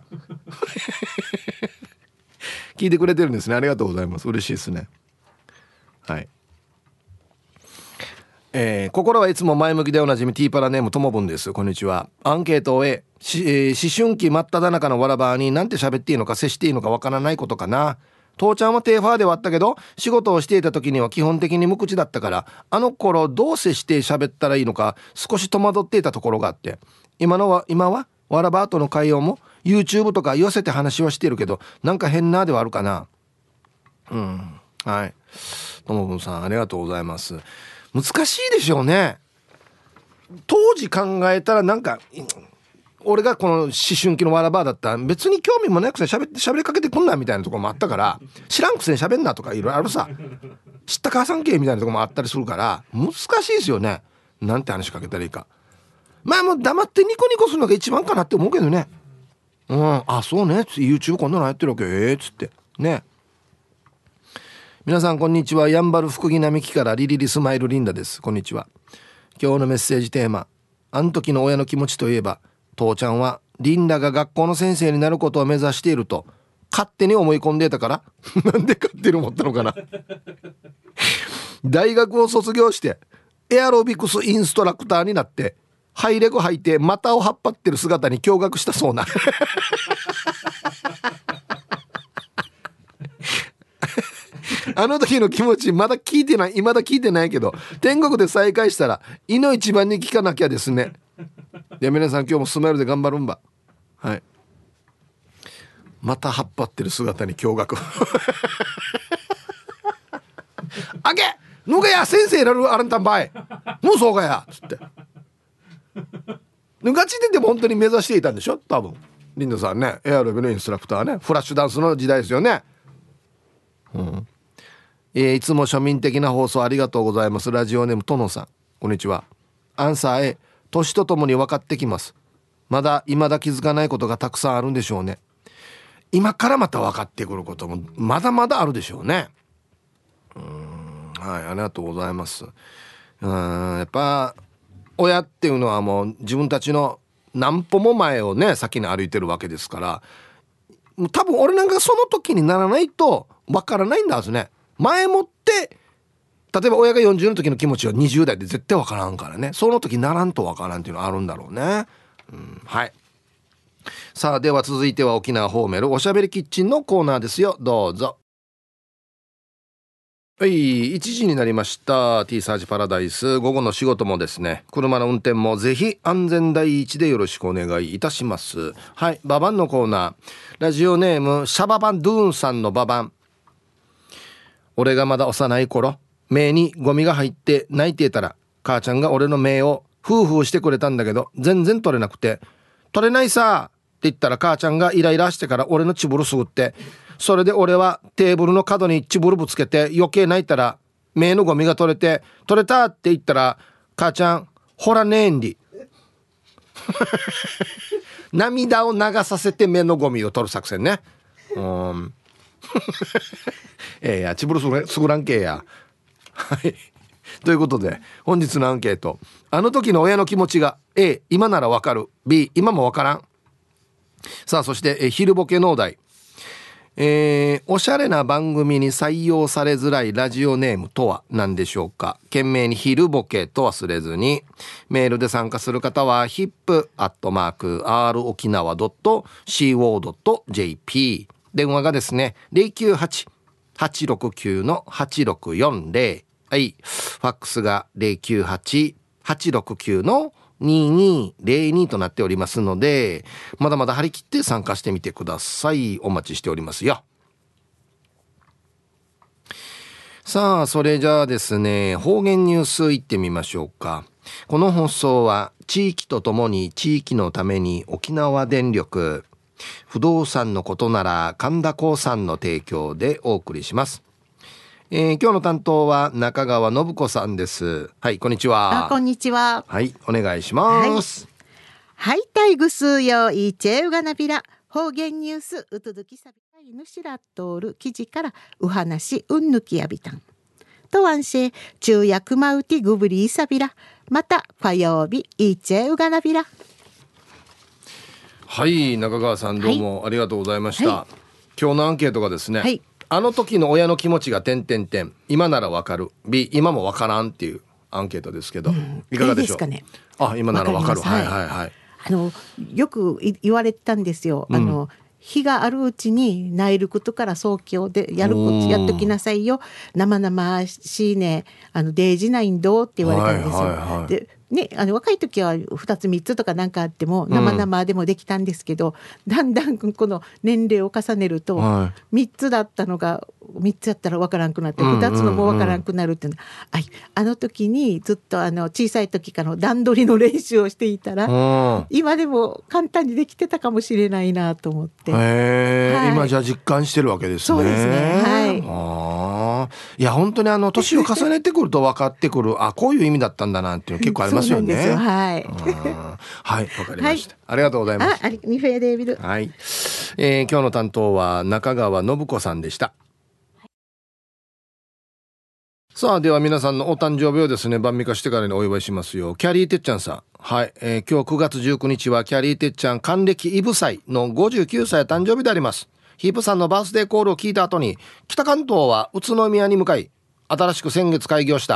Speaker 1: 聞いてくれてるんですね。ありがとうございます。嬉しいですね。はい、心はいつも前向きでおなじみティーパラネームともぶんです。こんにちは。アンケートを終え、思春期真っ只中のわらばになんて喋っていいのか接していいのかわからないことかな。父ちゃんはテーファーではあったけど仕事をしていた時には基本的に無口だったから、あの頃どう接して喋ったらいいのか少し戸惑っていたところがあって、今はわらばとの会話も YouTube とか言わせて話はしてるけどなんか変なではあるかな。はい、ともぶんさんありがとうございます。難しいでしょうね。当時考えたらなんか俺がこの思春期のわらばだったら別に興味もないくせに喋りかけてくんなみたいなところもあったから、知らんくせに喋んなとかいろいろあるさ、知った母さん系みたいなところもあったりするから難しいですよね。なんて話しかけたらいいか。まあもう黙ってニコニコするのが一番かなって思うけどね。あそうね YouTube こんなのやってるわけつってね。皆さんこんにちは。やんばる福木並木からリリリスマイルリンダです。こんにちは。今日のメッセージテーマ、あん時の親の気持ちといえば、父ちゃんはリンダが学校の先生になることを目指していると勝手に思い込んでいたからなんで勝手に思ったのかな大学を卒業してエアロビクスインストラクターになってハイレグ履いて股を張っ張ってる姿に驚愕したそうなあの時の気持ちまだ聞いてない、未だ聞いてないけど天国で再会したらいの一番に聞かなきゃですね。で皆さん今日もスマイルで頑張るんば。はい、また葉っぱってる姿に驚愕あげぬがや先生なるあらんたんばいもうそうかやつってぬがちででも本当に目指していたんでしょ多分リンダさんね。エアロビのインストラクターね、フラッシュダンスの時代ですよね。いつも庶民的な放送ありがとうございます。ラジオネームとのさんこんにちは。アンサー A、 年とともに分かってきます。未だ気づかないことがたくさんあるんでしょうね。今からまた分かってくることもまだまだあるでしょうね。はい、ありがとうございます。やっぱ親っていうのはもう自分たちの何歩も前をね先に歩いてるわけですから、多分俺なんかその時にならないと分からないんだはずね。前もって例えば親が40の時の気持ちは20代で絶対分からんからね、その時ならんと分からんっていうのはあるんだろうね。はい、さあでは続いては沖縄ホーメルおしゃべりキッチンのコーナーですよ。どうぞ。はい、1時になりました。 T サージパラダイス、午後の仕事もですね、車の運転もぜひ安全第一でよろしくお願いいたします。はい、ババンのコーナー。ラジオネームシャババンドゥーンさんのババン。俺がまだ幼い頃、目にゴミが入って泣いていたら母ちゃんが俺の目をフーフーしてくれたんだけど全然取れなくて、取れないさって言ったら母ちゃんがイライラしてから俺のチブルすぐって、それで俺はテーブルの角にチブルぶつけて余計泣いたら目のゴミが取れて、取れたって言ったら母ちゃんほらねえんり涙を流させて目のゴミを取る作戦ね。やチブルすぐらんけやはいということで本日のアンケート、あの時の親の気持ちが A 今ならわかる、 B 今もわからん。さあそして昼ボケ農大、 おしゃれな番組に採用されづらいラジオネームとは何でしょうか。懸命に昼ボケと忘れずに。メールで参加する方は hip@r-okinawa.co.jp。 電話がですね 098-869-8640。はい。ファックスが 098-869-2202となっておりますので、まだまだ張り切って参加してみてください。お待ちしておりますよ。さあ、それじゃあですね、方言ニュースいってみましょうか。この放送は地域とともに地域のために沖縄電力、不動産のことなら神田興産の提供でお送りします。今日の担当は中川信子さんです。はい、こんにちは。
Speaker 3: こんにちは。
Speaker 1: はい、お願いします。
Speaker 3: はい、タイグスヨイチェウガナビラ方言ニュースうとどきさびたいぬしらとおる記事からお話うんぬきやびたんとわんし昼夜くまうてぐぶりいさびらまた火曜日イチェウガナビラ。
Speaker 1: はい、中川さんどうもありがとうございました。はい、今日のアンケートがですね、はい、あの時の親の気持ちが点々点今ならわかる B 今もわからんっていうアンケートですけど、いかがでしょう。いいですかね。あ、今ならわかる。はいはいはい。
Speaker 3: よく言われてたんですよ。日があるうちに内ることから早教でやっときなさいよ。生々しいねデージないんどうって言われたんですよ。はいはいはい、でね、若い時は2つ3つとかなんかあっても生々でもできたんですけど、だんだんこの年齢を重ねると、3つだったのが3つやったら分からんくなって2つのも分からんくなるっていうのは、あの時にずっと小さい時から段取りの練習をしていたら今でも簡単にできてたかもしれないなと思って、
Speaker 1: はい、今じゃあ実感してるわけですね。
Speaker 3: そうですね。はい。
Speaker 1: いや本当に年を重ねてくると分かってくるこういう意味だったんだなっていうの結構ありますよね。
Speaker 3: そうなんですよ。はい
Speaker 1: はい、わかりました、はい、ありがとうございます。
Speaker 3: ニフェーデービル。
Speaker 1: はい、今日の担当は中川信子さんでした。さあでは皆さんのお誕生日をですね晩御飯してからにお祝いしますよ。キャリーてっちゃんさん、はい、今日9月19日はキャリーてっちゃん還暦イブ祭の59歳誕生日であります。ヒープさんのバースデーコールを聞いた後に北関東は宇都宮に向かい新しく先月開業した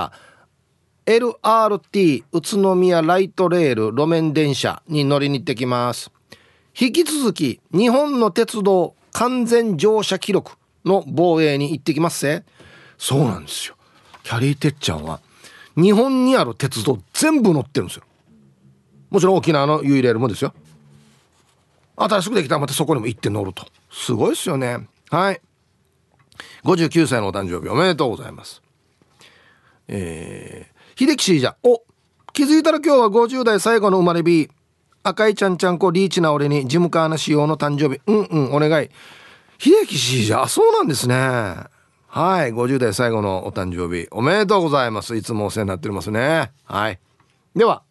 Speaker 1: LRT 宇都宮ライトレール路面電車に乗りに行ってきます。引き続き日本の鉄道完全乗車記録の防衛に行ってきますせ。そうなんですよ。キャリーてっちゃんは日本にある鉄道全部乗ってるんですよ。もちろん沖縄のユイレールもですよ。新しくできたらまたそこにも行って乗るとすごいですよね。はい、59歳のお誕生日おめでとうございます。秀樹シージャ気づいたら今日は50代最後の生まれ日赤いちゃんちゃんこリーチな俺にジムカーナ仕様の誕生日お願い。秀樹シージャそうなんですね。はい、50代最後のお誕生日おめでとうございます。いつもお世話になっておりますね。はい、では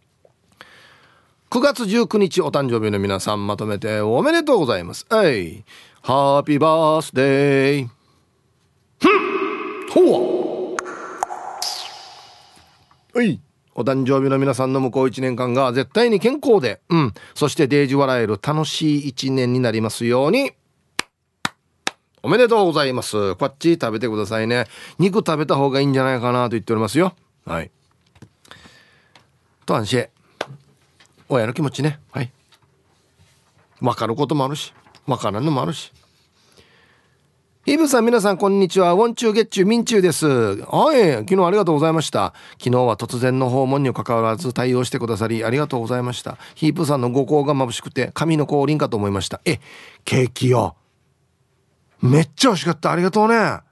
Speaker 1: 9月19日お誕生日の皆さんまとめておめでとうございます。ハッピーバースデーほうお誕生日の皆さんの向こう1年間が絶対に健康でそしてデージ笑える楽しい1年になりますように。おめでとうございます。こっち食べてくださいね。肉食べた方がいいんじゃないかなと言っておりますよ。はい。と安心親の気持ちね。はい。分かることもあるし分からんのもあるし。ヒブさん皆さんこんにちは。ウォンチューゲッチューミンチューです。はい、昨日ありがとうございました。昨日は突然の訪問に関わらず対応してくださりありがとうございました。ヒープさんのご香が眩しくて神の降臨かと思いました。ケーキよめっちゃ美味しかった。ありがとうね。はい。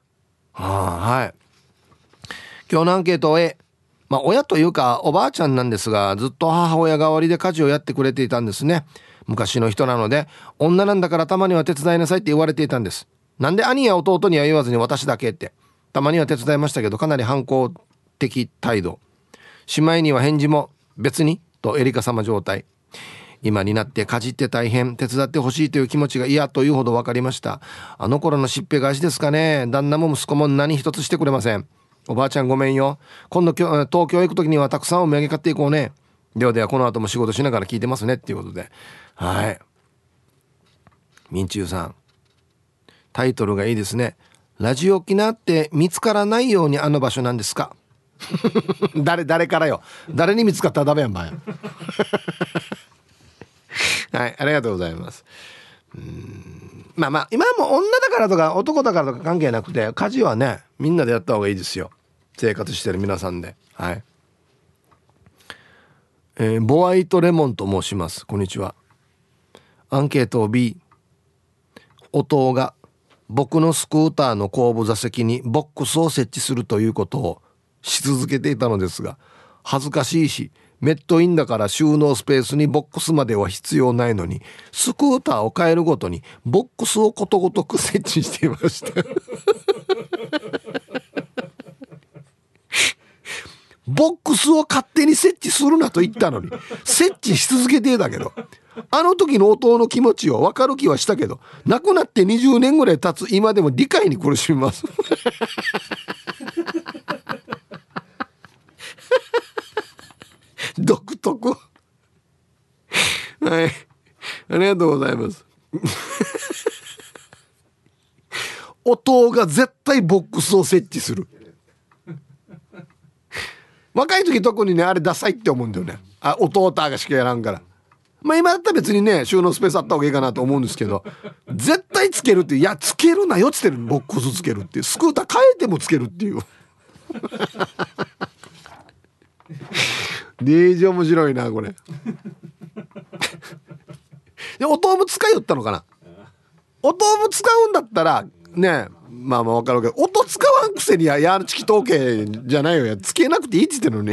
Speaker 1: 今日のアンケート親というかおばあちゃんなんですがずっと母親代わりで家事をやってくれていたんですね。昔の人なので女なんだからたまには手伝いなさいって言われていたんです。なんで兄や弟には言わずに私だけって。たまには手伝いましたけどかなり反抗的態度。しまいには返事も別にとエリカ様状態。今になって家事って大変手伝ってほしいという気持ちが嫌というほど分かりました。あの頃のしっぺ返しですかね。旦那も息子も何一つしてくれません。おばあちゃんごめんよ。今度東京行く時にはたくさんお土産買っていこうね。ではではこの後も仕事しながら聞いてますねっていうことで。はい、みんちゅうさんタイトルがいいですね。ラジオ機ナって見つからないようにあの場所なんですか？誰からよ。誰に見つかったらダメやんばや。はい、ありがとうございます。まあ今はもう女だからとか男だからとか関係なくて、家事はねみんなでやった方がいいですよ。生活してる皆さんで。はい。ボワイトレモンと申します。こんにちは。アンケート B。 弟が僕のスクーターの後部座席にボックスを設置するということをし続けていたのですが、恥ずかしいしメットインだから収納スペースにボックスまでは必要ないのに、スクーターを変えるごとにボックスをことごとく設置していましたボックスを勝手に設置するなと言ったのに設置し続けていたけど、あの時の弟の気持ちを分かる気はしたけど、亡くなって20年ぐらい経つ今でも理解に苦しみます独特。はい、ありがとうございます弟が絶対ボックスを設置する。若い時特にねあれダサいって思うんだよね。弟がしかやらんから。まあ今だったら別にね収納スペースあった方がいいかなと思うんですけど、絶対つけるっていう、いやつけるなよっつってる。ボックスつけるっていう、スクーター変えてもつけるっていうデージ面白いなこれで音も使いよったのかな。音も使うんだったらね、まあ分かるけど、音使わんくせにやるチキ統計じゃないよ、つけなくていいって言ってるのに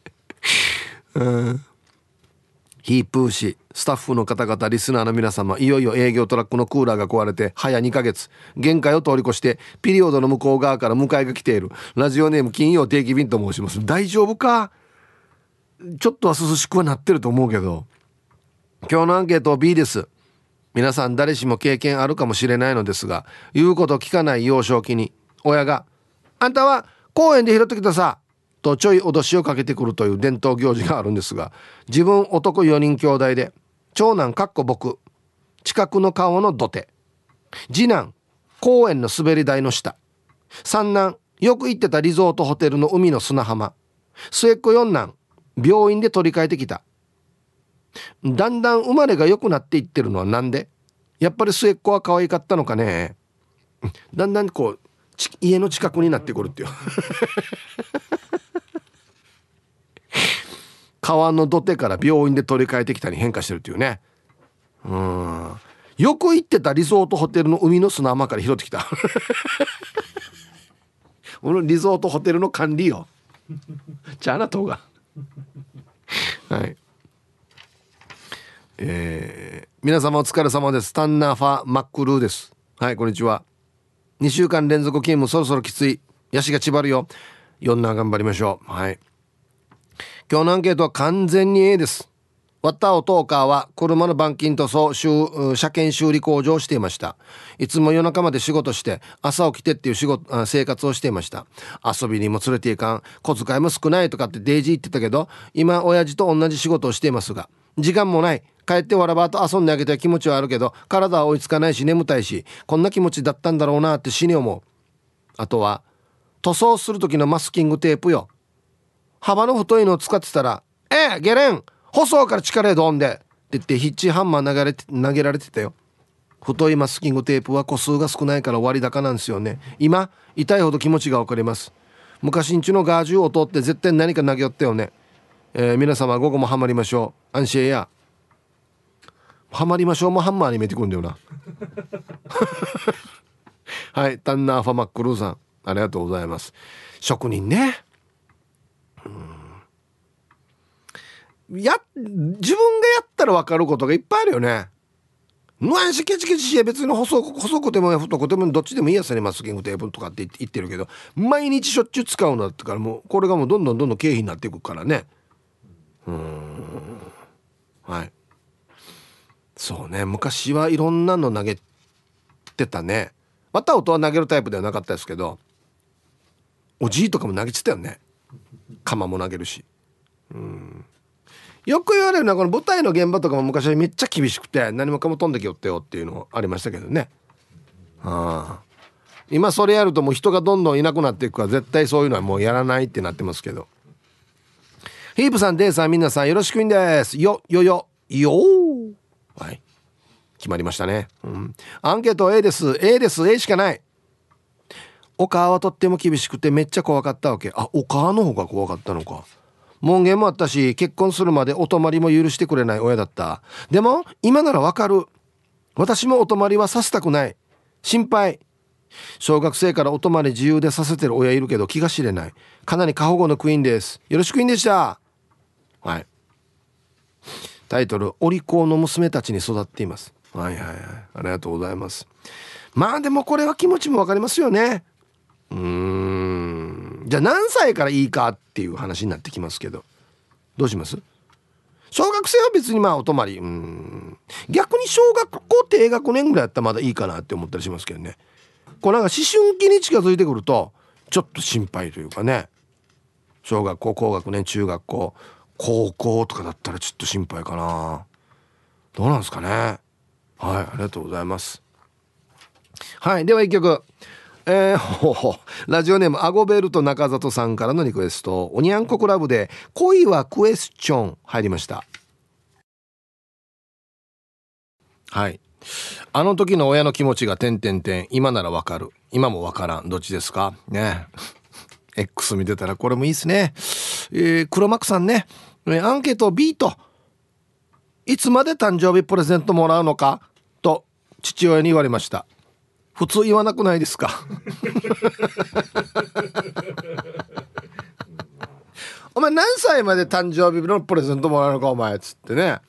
Speaker 1: ヒープー氏、スタッフの方々、リスナーの皆様、いよいよ営業トラックのクーラーが壊れて早2ヶ月、限界を通り越してピリオドの向こう側から迎えが来ているラジオネーム金曜定期便と申します。大丈夫か？ちょっとは涼しくはなってると思うけど、今日のアンケート B です。皆さん誰しも経験あるかもしれないのですが、言うこと聞かない幼少期に親があんたは公園で拾ってきたさとちょい脅しをかけてくるという伝統行事があるんですが、自分男4人兄弟で、長男かっこ僕近くの川の土手、次男公園の滑り台の下、三男よく行ってたリゾートホテルの海の砂浜、末っ子四男病院で取り替えてきた。だんだん生まれが良くなっていってるのはなんで？やっぱり末っ子は可愛かったのかね。だんだんこう家の近くになってくるっていう川の土手から病院で取り替えてきたに変化してるっていうね。よく行ってたリゾートホテルの海の砂浜から拾ってきたこのリゾートホテルの管理よじゃあなとがはい、皆様お疲れ様です。タンナーファマックルーです。はい、こんにちは。2週間連続勤務、そろそろきつい。ヤシがちばるよ。4な頑張りましょう。はい、今日のアンケートは完全に A です。ワッタオトーカーは車の板金塗装車検修理工場をしていました。いつも夜中まで仕事して朝起きてっていう生活をしていました。遊びにも連れていかん、小遣いも少ないとかってデイジー言ってたけど、今親父と同じ仕事をしていますが、時間もない。帰ってわらばと遊んであげたい気持ちはあるけど、体は追いつかないし眠たいし、こんな気持ちだったんだろうなって死に思う。あとは塗装する時のマスキングテープよ。幅の太いのを使ってたらゲレン細から力でドンでって言ってヒッチハンマー投げられてたよ。太いマスキングテープは個数が少ないから割高なんですよね。今痛いほど気持ちが分かります。昔んちのガージュを通って絶対何か投げよったよね。皆様午後もハマりましょう。安心やハマりましょうもハンマーにめてくんだよなはい、タンナーファマックルーさんありがとうございます。職人ね、自分がやったら分かることがいっぱいあるよね。なんしケチケチし、別に細くても太くてもどっちでもいいやつにマスキングテープとかって言ってるけど、毎日しょっちゅう使うのだってから、もうこれがもうどんどん経費になっていくからね。はい、そうね、昔はいろんなの投げてたね。また音は投げるタイプではなかったですけど、おじいとかも投げてたよね。鎌も投げるし。よく言われるのはこの舞台の現場とかも昔はめっちゃ厳しくて何もかも飛んできよってよっていうのありましたけどね。 今それやるともう人がどんどんいなくなっていくから絶対そういうのはもうやらないってなってますけど。ヒープさん、デイさん、皆さんよろしくんです。よー、はい、決まりましたね。アンケート A です。 A しかない。お母はとっても厳しくてめっちゃ怖かったわけ。お母の方が怖かったのか。門限もあったし、結婚するまでお泊まりも許してくれない親だった。でも今ならわかる。私もお泊まりはさせたくない。心配。小学生からお泊まり自由でさせてる親いるけど気が知れない。かなり過保護のクイーンです。よろしくクイーンでした。はい。タイトル、お利口の娘たちに育っています。はい、ありがとうございます。まあでもこれは気持ちもわかりますよね。じゃあ何歳からいいかっていう話になってきますけど、どうします？小学生は別にまあお泊まり、逆に小学校低学年ぐらいだったらまだいいかなって思ったりしますけどね。こうなんか思春期に近づいてくるとちょっと心配というかね。小学校高学年、中学校、高校とかだったらちょっと心配かな。どうなんですかね。はい、ありがとうございます。はい、では一曲。ラジオネームアゴベルト中里さんからのリクエスト、おにゃんこクラブで恋はクエスチョン入りました。はい、あの時の親の気持ちが今ならわかる、今もわからん、どっちですかね。X 見てたらこれもいいですね。黒幕さんね、アンケート B と、いつまで誕生日プレゼントもらうのかと父親に言われました。普通言わなくないですか。お前何歳まで誕生日のプレゼントもらうのかお前っつってね。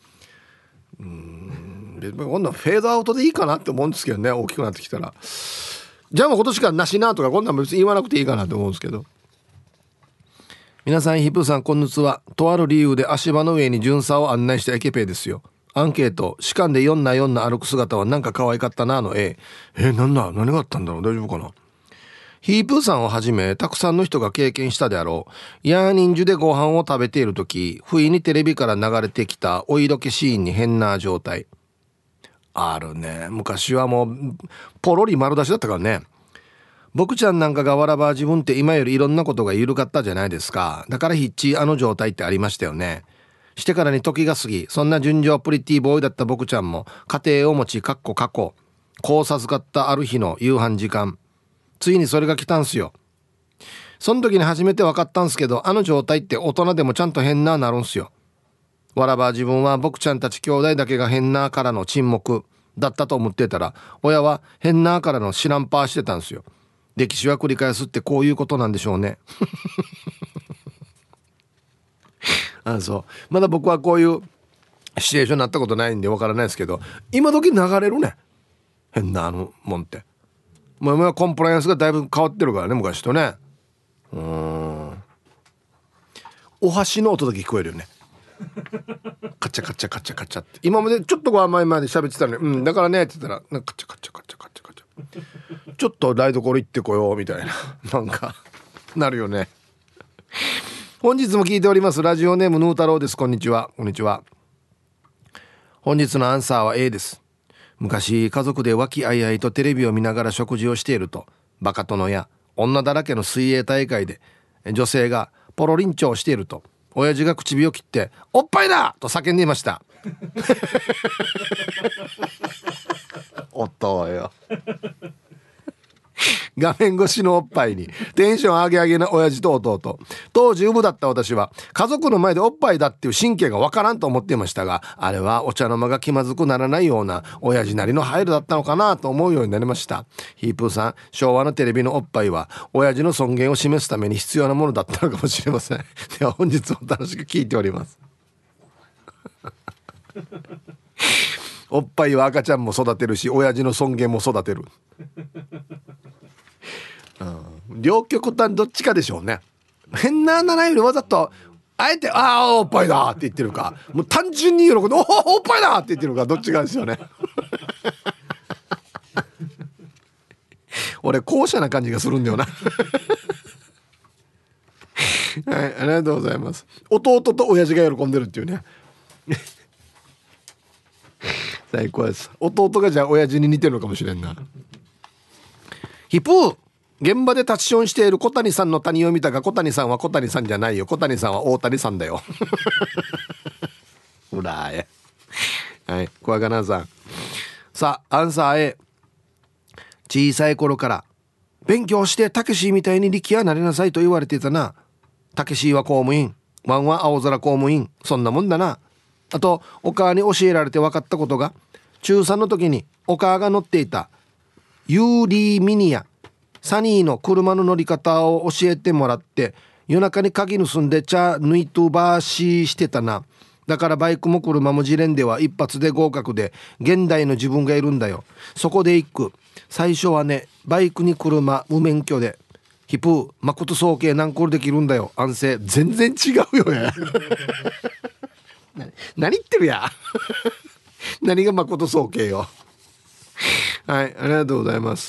Speaker 1: 今度はフェードアウトでいいかなって思うんですけどね、大きくなってきたら。じゃあもう今年からなしなとか、こんなん別に言わなくていいかなと思うんですけど。皆さん、ヒップーさん、こんにちは。とある理由で足場の上に巡査を案内したエケペイですよ。アンケート、士官で4な歩く姿はなんか可愛かったなの A。何があったんだろう、大丈夫かな。ヒープーさんをはじめたくさんの人が経験したであろう、ヤーニンジュでご飯を食べているとき、不意にテレビから流れてきたお色気シーンに変な状態あるね。昔はもうポロリ丸出しだったからね。僕ちゃんなんかがわらば自分って今よりいろんなことが緩かったじゃないですか。だからヒッチあの状態ってありましたよね。してからに時が過ぎ、そんな純情プリティボーイだった僕ちゃんも家庭を持ち、過去こう授かったある日の夕飯時間、ついにそれが来たんすよ。その時に初めて分かったんすけど、あの状態って大人でもちゃんと変ななるんすよ。わらば自分は僕ちゃんたち兄弟だけが変なからの沈黙だったと思ってたら、親は変なからの知らんぱーしてたんすよ。歴史は繰り返すってこういうことなんでしょうね。そうまだ僕はこういうシチュエーションになったことないんでわからないですけど、今時流れるね、変なもんって。もう今はコンプライアンスがだいぶ変わってるからね、昔とね。お箸の音だけ聞こえるよね。カチャカチャカチャカチャって。今までちょっとこう前まで喋ってたのに、だからねって言ったらなんかカチャカチャカチャカチャカチャちょっと台所行ってこようみたいななんかなるよね。本日も聞いておりますラジオネームヌー太郎です。こんにちは。こんにちは。本日のアンサーは A です。昔家族で和気あいあいとテレビを見ながら食事をしていると、バカ殿や女だらけの水泳大会で女性がポロリンチョをしていると、親父が唇を切っておっぱいだと叫んでいました。おっとよ。画面越しのおっぱいにテンション上げ上げな親父と弟。当時ウブだった私は家族の前でおっぱいだっていう神経がわからんと思っていましたが、あれはお茶の間が気まずくならないような親父なりの配慮だったのかなと思うようになりました。ヒープーさん、昭和のテレビのおっぱいは親父の尊厳を示すために必要なものだったのかもしれません。では本日も楽しく聞いております。おっぱいは赤ちゃんも育てるし、親父の尊厳も育てる。両極端どっちかでしょうね。変な七よりわざとあえておっぱいだって言ってるか、もう単純に喜んでおっぱいだって言ってるか、どっちかですよね。俺後者な感じがするんだよな。はい、ありがとうございます。弟と親父が喜んでるっていうね。最高です。弟がじゃあ親父に似てるのかもしれんな。 ヒプー、現場でタッチションしている小谷さんの谷を見たが、小谷さんは小谷さんじゃないよ。小谷さんは大谷さんだよ。うらーや。はい、小若菜さん。さあ、アンサー A。小さい頃から勉強してたけしみたいに力也なりなさいと言われていたな。たけしは公務員、ワンは青空公務員、そんなもんだな。あとお母に教えられて分かったことが、中3の時にお母が乗っていたユーリーミニアサニーの車の乗り方を教えてもらって、夜中に鍵盗んで茶抜いとバーシーしてたな。だからバイクも車も自連では一発で合格で、現代の自分がいるんだよ。そこで一句、最初はね、バイクに車無免許でヒプー誠総計何コールできるんだよ。安静。全然違うよや。何言ってるや。何が誠総計よ。はい、ありがとうございます。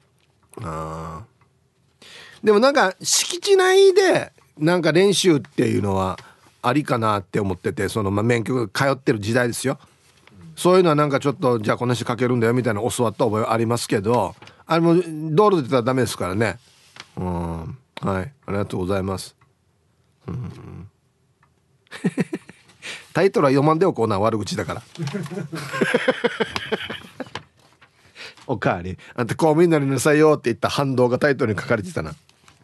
Speaker 1: でもなんか敷地内でなんか練習っていうのはありかなって思ってて、その免許通ってる時代ですよ。そういうのはなんかちょっとじゃあこんな人書けるんだよみたいな教わった覚えありますけど、あれも道路で出たらダメですからね。はい、ありがとうございます。タイトルは読まんでおこうな、悪口だから。おかわり、あんた公務員になりなさいよって言った反動がタイトルに書かれてたな。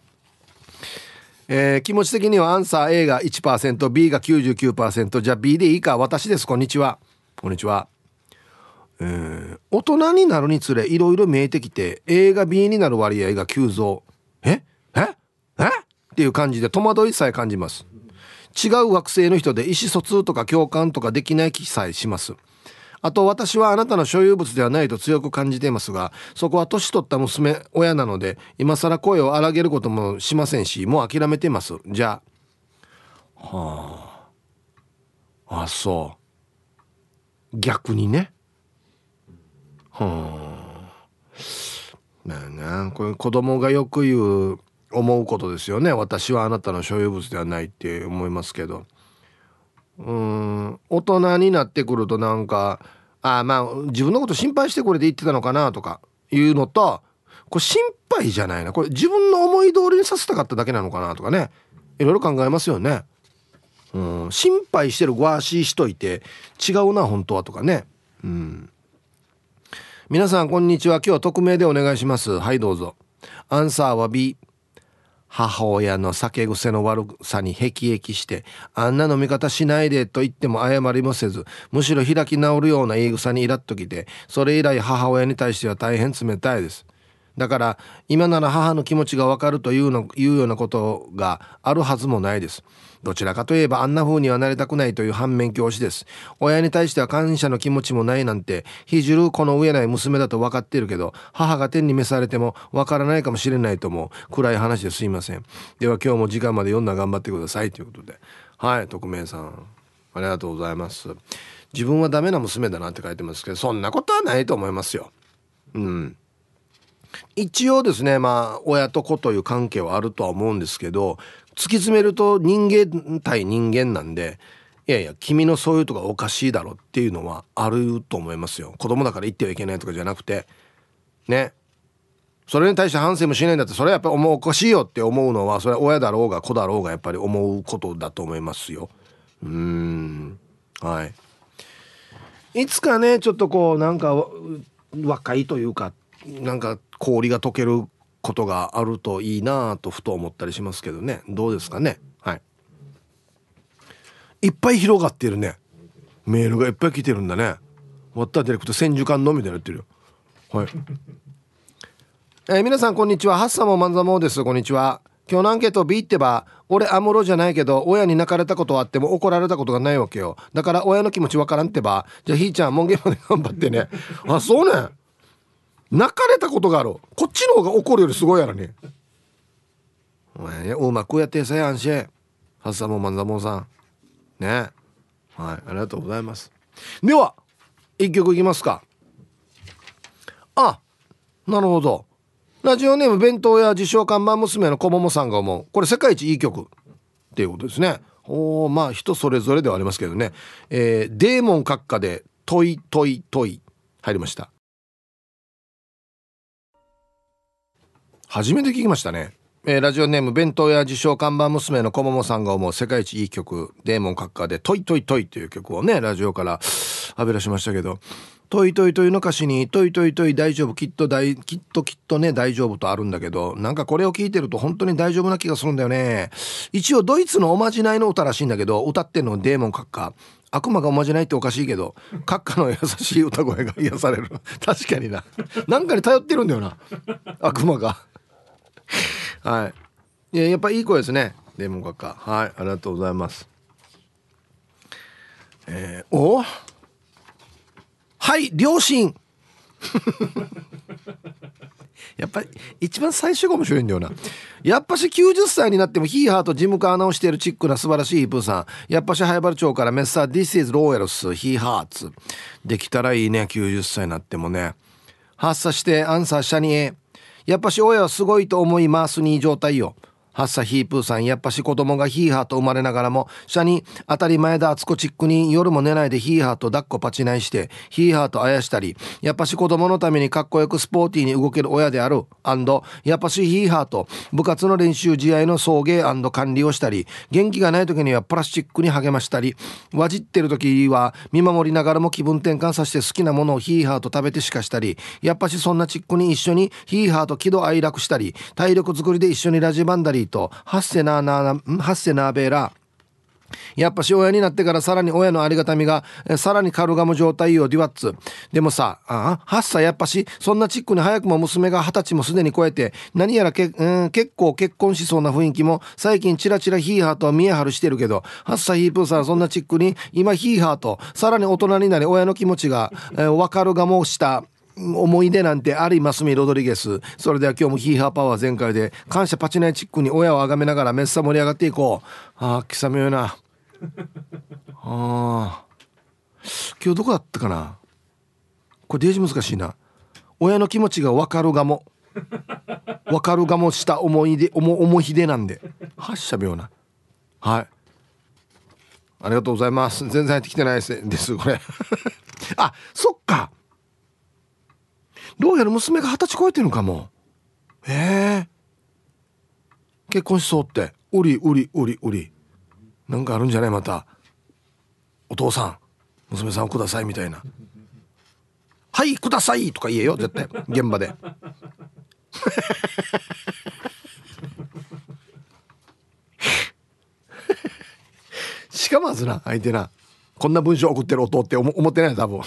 Speaker 1: 気持ち的にはアンサー A が 1%、B が 99%。 じゃあ B でいいか。私です。こんにちは。こんにちは。大人になるにつれいろいろ見えてきて、 A が B になる割合が急増。っていう感じで戸惑いさえ感じます。違う惑星の人で意思疎通とか共感とかできない気さえします。あと私はあなたの所有物ではないと強く感じていますが、そこは年取った娘親なので今更声を荒げることもしませんし、もう諦めています。じゃあ、そう逆にね。まあね、これ子供がよく言う思うことですよね。私はあなたの所有物ではないって思いますけど、大人になってくるとなんか自分のこと心配してくれて言ってたのかなとかいうのと、これ心配じゃないな、これ自分の思い通りにさせたかっただけなのかなとかね、いろいろ考えますよね。心配してるごわししといて違うな本当はとかね。皆さんこんにちは。今日は匿名でお願いします。はい、どうぞ。アンサーは B。母親の酒癖の悪さに辟易して、あんな飲み方しないでと言っても謝りもせず、むしろ開き直るような言い草にイラっときて、それ以来母親に対しては大変冷たいです。だから今なら母の気持ちがわかるというようなことがあるはずもないです。どちらかといえばあんな風にはなりたくないという反面教師です。親に対しては感謝の気持ちもないなんて、ひじるこの上ない娘だと分かっているけど、母が天に召されても分からないかもしれないと思う暗い話ですいません。では今日も時間まで読んだ頑張ってくださいということで、はい、匿名さんありがとうございます。自分はダメな娘だなって書いてますけど、そんなことはないと思いますよ。一応ですね、親と子という関係はあるとは思うんですけど、突き詰めると人間対人間なんで、いやいや君のそういうとこおかしいだろっていうのはあると思いますよ。子供だから言ってはいけないとかじゃなくてね、それに対して反省もしないんだって、それはやっぱりおかしいよって思うのは、それは親だろうが子だろうがやっぱり思うことだと思いますよ。はい。いつかねちょっとこうなんか和解というか、なんか氷が溶けることがあるといいなとふと思ったりしますけどね。どうですかね。はい。いっぱい広がってるね。メールがいっぱい来てるんだね。ワッターディレクト千手観のみでやってるよ。はい。皆さんこんにちは。ハッサモマンザモです。こんにちは。今日のアンケート B ってば、俺アムロじゃないけど親に泣かれたことはあっても怒られたことがないわけよ。だから親の気持ちわからんってば。じゃあひーちゃん門限まで頑張ってね。あ、そうね。泣かれたことがある。こっちの方が怒るよりすごいやろね。うまくやってさやんし。ハッサモマンザモさんね。はい、ありがとうございます。では一曲いきますか。あ、なるほど。ラジオネーム弁当や自称看板娘の小桃さんが思う、これ世界一いい曲っていうことですね。人それぞれではありますけどね。デーモン閣下でトイトイトイ入りました。 初めて聞きましたね。ラジオネーム弁当屋自称看板娘のこももさんが思う世界一いい曲、デーモン閣下でトイトイトイという曲をねラジオから浴び出しましたけど、トイトイトイの歌詞にトイトイトイ大丈夫きっとね大丈夫とあるんだけど、なんかこれを聞いてると本当に大丈夫な気がするんだよね。一応ドイツのおまじないの歌らしいんだけど、歌ってんのデーモン閣下。悪魔がおまじないっておかしいけど閣下の優しい歌声が癒される確かにな、なんかに頼ってるんだよな悪魔がはい、やっぱいい声ですねデーモン閣下。はい、ありがとうございます。おはい両親やっぱり一番最初が面白いんだよな。やっぱし90歳になってもヒーハーとジムカーナをしているチックな素晴らしいヒープーさん。やっぱし灰原町からメッサー This is Royals ヒーハーツできたらいいね。90歳になってもね。発作してアンサーシャニエ。やっぱし親はすごいと思いますに状態よ。ハッサヒープーさん。やっぱし子供がヒーハーと生まれながらもシャニ当たり前だあつこチックに夜も寝ないでヒーハーと抱っこパチナイしてヒーハーとあやしたり、やっぱし子供のためにかっこよくスポーティーに動ける親であるやっぱしヒーハーと部活の練習試合の送迎&管理をしたり、元気がない時にはプラスチックに励ましたり、わじってる時は見守りながらも気分転換させて好きなものをヒーハーと食べてしかしたり、やっぱしそんなチックに一緒にヒーハーと喜怒哀楽したり、体力作りで一緒にラジバンダリーとハッセナーベーラ。やっぱし親になってからさらに親のありがたみがさらにカルガム状態よデュワッツ。でもさ8歳やっぱしそんなチックに早くも娘が20歳もすでに超えて何やら結構結婚しそうな雰囲気も最近チラチラヒーハーと見え張るしてるけど、8歳ヒープーさんそんなチックに今ヒーハーとさらに大人になり親の気持ちがわかるがもした思い出なんてありますみロドリゲス。それでは今日もヒーハーパワー全開で感謝パチナイチックに親をあがめながらめっさ盛り上がっていこう。貴様よな今日どこだったかな。これデージ難しいな。親の気持ちが分かるがもした思い出なんで発射病な。はいありがとうございます。全然入ってきてないですこれあそっか、どうやら娘が20歳超えてるのかも。結婚しそうってうりなんかあるんじゃない。またお父さん娘さんをくださいみたいなはいくださいとか言えよ絶対現場でしかもまずな相手なこんな文章送ってる音って思ってない多分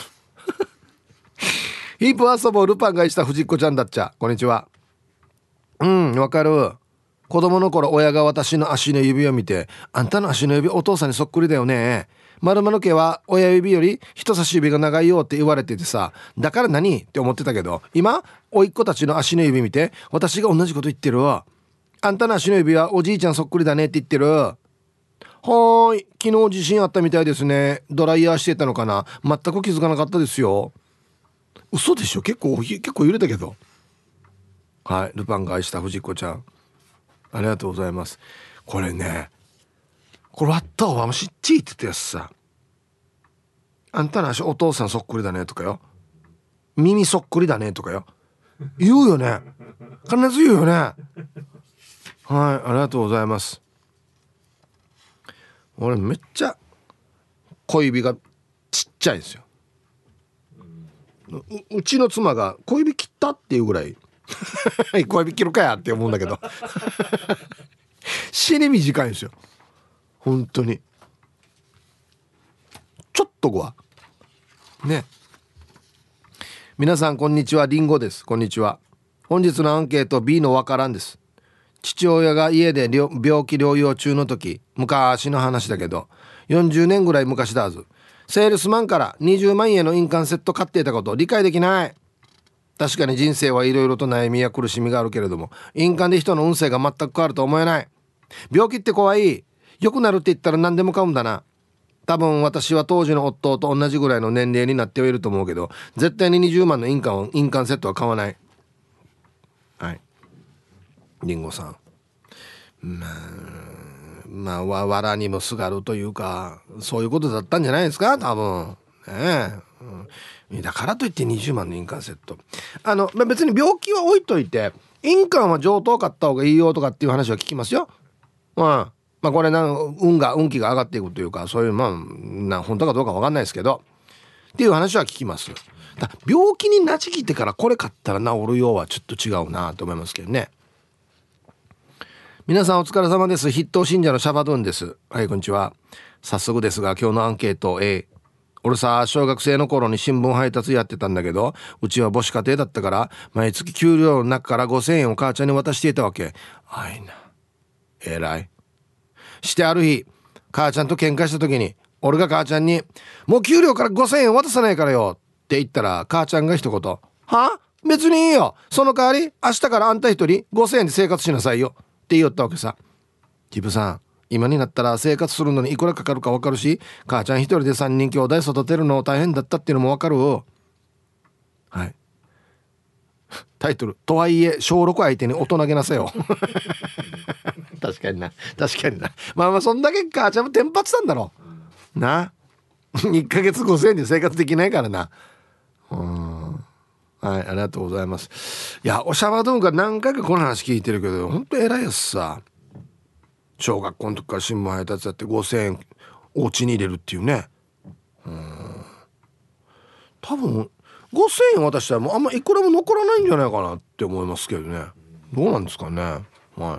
Speaker 1: ヒープ遊ぼうルパンがした藤子ちゃんだっちゃ。こんにちは。わかる。子供の頃親が私の足の指を見て、あんたの足の指お父さんにそっくりだよね、〇〇家は親指より人差し指が長いよって言われててさ、だから何って思ってたけど、今甥っ子たちの足の指見て私が同じこと言ってるわ。あんたの足の指はおじいちゃんそっくりだねって言ってる。はーい、昨日地震あったみたいですね。ドライヤーしてたのかな。全く気づかなかったですよ。嘘でしょ。結構揺れたけど。はい、ルパンが愛した藤子ちゃんありがとうございます。これね、これあったわ。知って言ってたやつさ、あんたの足お父さんそっくりだねとかよ、耳そっくりだねとかよ言うよね。必ず言うよね。はい、ありがとうございます。俺めっちゃ小指がちっちゃいんですよ。うちの妻が小指切ったっていうぐらい小指切るかやって思うんだけど死に短いんですよ本当に。ちょっとはね。皆さんこんにちは、リンゴです。こんにちは。本日のアンケート B のわからんです。父親が家で病気療養中の時、昔の話だけど40年ぐらい昔だはず、セールスマンから20万円の印鑑セット買っていたことを理解できない。確かに人生はいろいろと悩みや苦しみがあるけれども、印鑑で人の運勢が全く変わると思えない。病気って怖い。良くなるって言ったら何でも買うんだな。多分私は当時の夫と同じぐらいの年齢になってはいると思うけど、絶対に20万の印鑑セットは買わない。はい、リンゴさん、まあ藁にもすがるというか、そういうことだったんじゃないですか多分ねだからといって20万の印鑑セット、別に病気は置いといて印鑑は上等買った方がいいよとかっていう話は聞きますよ。まあこれ運気が上がっていくというか、そういう本当かどうか分かんないですけどっていう話は聞きます。病気になちきってからこれ買ったら治るようはちょっと違うなと思いますけどね。皆さんお疲れ様です。筆頭信者のシャバドゥンです。はい、こんにちは。早速ですが今日のアンケート A。 俺さ、小学生の頃に新聞配達やってたんだけど、うちは母子家庭だったから毎月給料の中から5000円を母ちゃんに渡していたわけ。あいな、えらい。してある日母ちゃんと喧嘩した時に俺が母ちゃんにもう給料から5000円渡さないからよって言ったら、母ちゃんが一言、は別にいいよ、その代わり明日からあんた一人5000円で生活しなさいよって言おったわけさ。キブさん、今になったら生活するのにいくらかかるか分かるし、母ちゃん一人で3人兄弟育てるの大変だったっていうのも分かる。はい、タイトル、とはいえ小6相手に大人げなさよ確かにな。まあそんだけ母ちゃんもテンパってたんだろうな。1ヶ月5000円で生活できないからな。はい、ありがとうございます。いや、おしゃばどんが何回かこの話聞いてるけど、本当偉いやつさ。小学校の時から新聞配達やって5000円お家に入れるっていうね。多分5000円渡したらもうあんまいくらも残らないんじゃないかなって思いますけどね。どうなんですかね。はい。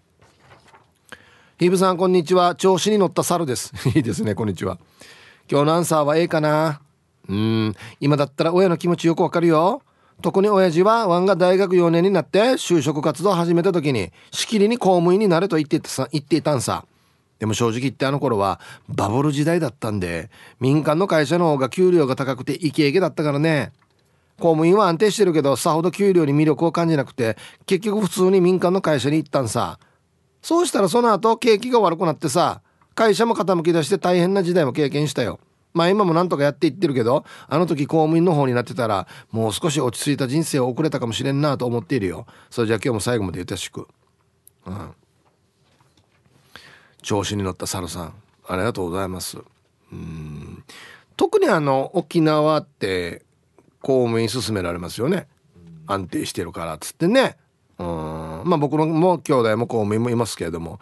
Speaker 1: ヒーブさんこんにちは。調子に乗った猿ですいいですね、こんにちは。今日のアンサーは A かな。今だったら親の気持ちよくわかるよ。特に親父はワンが大学4年になって就職活動を始めた時にしきりに公務員になれと言っていたんさ。でも正直言ってあの頃はバブル時代だったんで、民間の会社の方が給料が高くてイケイケだったからね。公務員は安定してるけどさほど給料に魅力を感じなくて、結局普通に民間の会社に行ったんさ。そうしたらその後景気が悪くなってさ、会社も傾き出して大変な時代も経験したよ。まあ今もなんとかやっていってるけど、あの時公務員の方になってたらもう少し落ち着いた人生を送れたかもしれんなと思っているよ。それじゃあ今日も最後までよろしく。調子に乗った猿さん、ありがとうございます。特に沖縄って公務員勧められますよね。安定してるからっつってね。まあ僕も兄弟も公務員もいますけれども、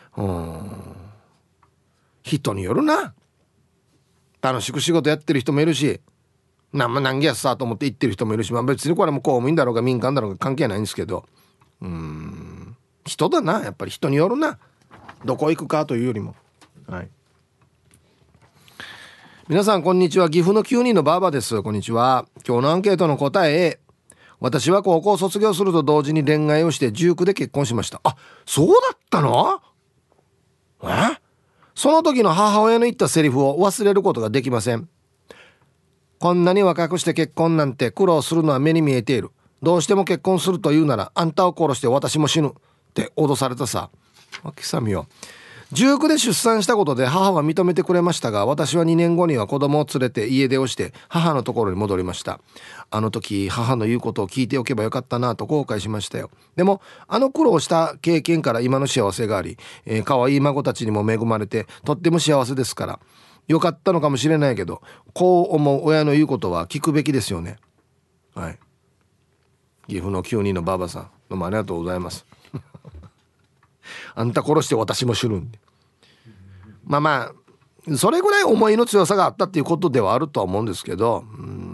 Speaker 1: 人によるな。楽しく仕事やってる人もいるし、何げやさと思って行ってる人もいるし、まあ別にこれも公務員だろうが民間だろうが関係ないんですけど、人だな、やっぱり人によるな。どこ行くかというよりも。はい。皆さんこんにちは。岐阜の9人のバーバです。こんにちは。今日のアンケートの答え A。私は高校卒業すると同時に恋愛をして19で結婚しました。あ、そうだったの？その時の母親の言ったセリフを忘れることができません。こんなに若くして結婚なんて苦労するのは目に見えている。どうしても結婚するというならあんたを殺して私も死ぬって脅されたさ。秋さみよ。19で出産したことで母は認めてくれましたが、私は2年後には子供を連れて家出をして母のところに戻りました。あの時母の言うことを聞いておけばよかったなと後悔しましたよ。でも苦労した経験から今の幸せがあり、可愛い孫たちにも恵まれてとっても幸せですから、よかったのかもしれないけど、こう思う親の言うことは聞くべきですよね。はい。岐阜の9人のババさん、どうもありがとうございますあんた殺して私も死ぬんで、まあそれぐらい思いの強さがあったっていうことではあるとは思うんですけど、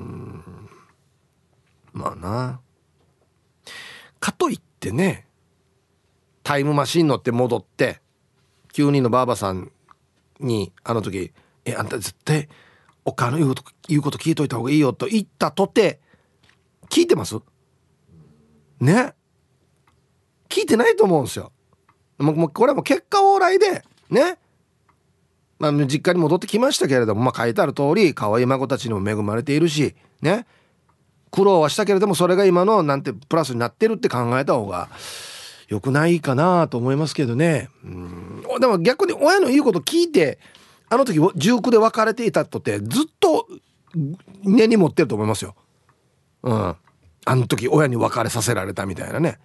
Speaker 1: まあな、かといってね、タイムマシン乗って戻って9人のバーバさんにあの時あんた絶対お母の言うこと聞いといた方がいいよと言ったとて聞いてますね。聞いてないと思うんですよ。もうこれはもう結果往来でね、まあ、実家に戻ってきましたけれども、まあ、書いてある通り可愛い孫たちにも恵まれているしね、苦労はしたけれどもそれが今のなんてプラスになってるって考えた方が良くないかなと思いますけどね。でも逆に親の言うこと聞いてあの時19で別れていたとってずっと根に持ってると思いますよ。あの時親に別れさせられたみたいなね。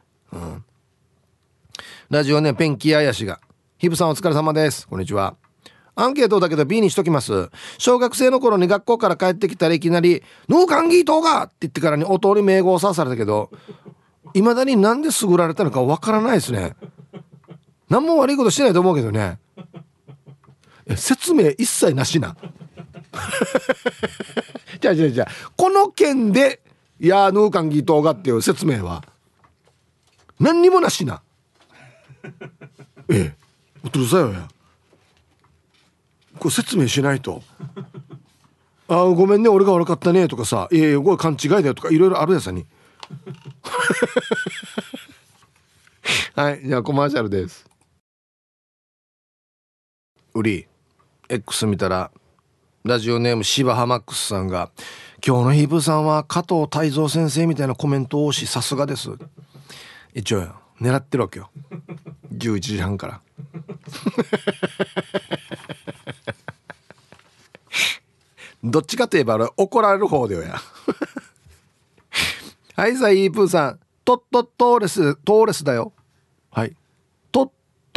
Speaker 1: ラジオね、ペンキややしが、ヒブさんお疲れ様です。こんにちは。アンケートだけど B にしときます。小学生の頃に学校から帰ってきたらいきなり「ノーカンギートが!」って言ってからにお通り名号をさされたけど、 未だになんで優られたのかわからないですね。何も悪いことしてないと思うけどね。説明一切なしな。じゃあこの件でいやヌーカンギートーガっていう説明は何にもなしな。おとるさよや、これ説明しないと。ごめんね俺が悪かったねとかさ、これ勘違いだよとかいろいろあるやつに。はい、じゃあコマーシャルです。ウリ X 見たらラジオネームシバハマックスさんが、今日のヒープーさんは加藤泰造先生みたいなコメントをしさすがです。一応狙ってるわけよ、11時半から。どっちかといえば俺怒られる方だよや。はいさあヒープーさん、トーレスだよ。はい、ト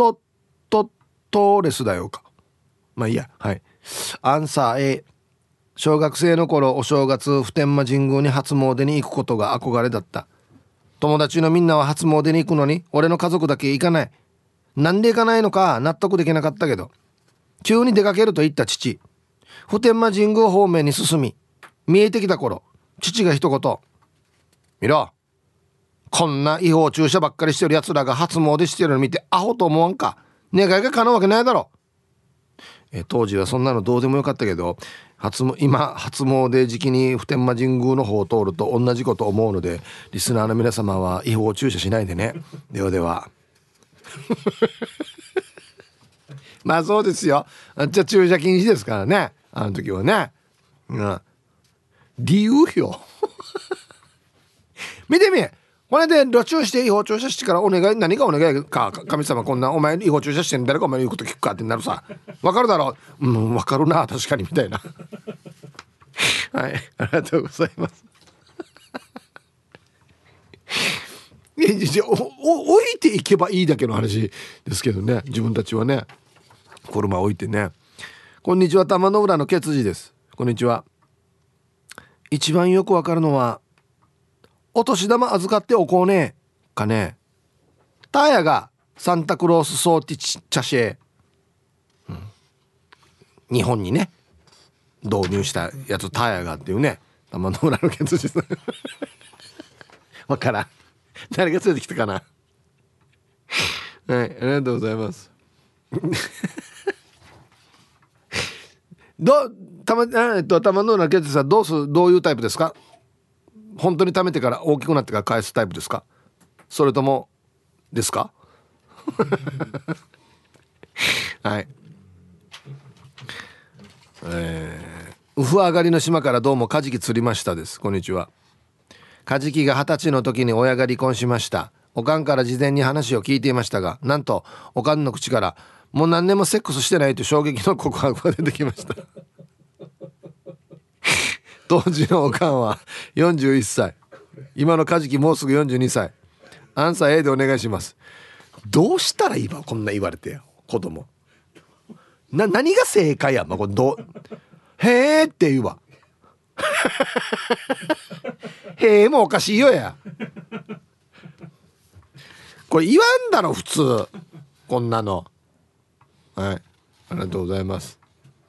Speaker 1: ーレスだよか、まあいいや。はい、アンサー A。 小学生の頃お正月普天間神宮に初詣に行くことが憧れだった。友達のみんなは初詣に行くのに俺の家族だけ行かない。なんで行かないのか納得できなかったけど、急に出かけると言った父、普天間神宮方面に進み、見えてきた頃父が一言、見ろ、こんな違法駐車ばっかりしてる奴らが初詣してるの見てアホと思わんか、願いが叶うわけないだろ。当時はそんなのどうでもよかったけど、今初詣時期に普天間神宮の方を通ると同じこと思うので、リスナーの皆様は違法駐車しないでね。ではでは。まあそうですよ、じゃあ駐車禁止ですからね、あの時はね。理由よ。見てみ、これで路駐して違法駐車してからお願い、何がお願いか、神様こんなお前違法駐車してん誰かお前言うこと聞くかってなるさ。わかるだろう。わかるな確かにみたいな。はい、ありがとうございます。置いていけばいいだけの話ですけどね、自分たちはね、車置いてね。こんにちは、玉の浦のケツジです。こんにちは。一番よくわかるのはお年玉預かっておこうねかね。ターヤがサンタクロースソーティチチャシェ、日本にね導入したやつターヤがっていうね、玉の浦のケツジさん。わからん、誰が連れてきたかな。はい、ありがとうございます。玉の浦のケツジさんどういうタイプですか。本当に貯めてから大きくなってから返すタイプですか、それともですか。はい、ウフ上がりの島からどうもカジキ釣りましたです。こんにちは。カジキが20歳の時に親が離婚しました。おかんから事前に話を聞いていましたが、なんとおかんの口からもう何年もセックスしてないという衝撃の告白が出てきました。当時のおかんは41歳、今のカジキもうすぐ42歳。アンサー A でお願いします。どうしたらいいわこんな言われてよ、子供何が正解やん、これへーって言うわ。へーもおかしいよや、これ言わんだろ普通こんなの。はい、ありがとうございます。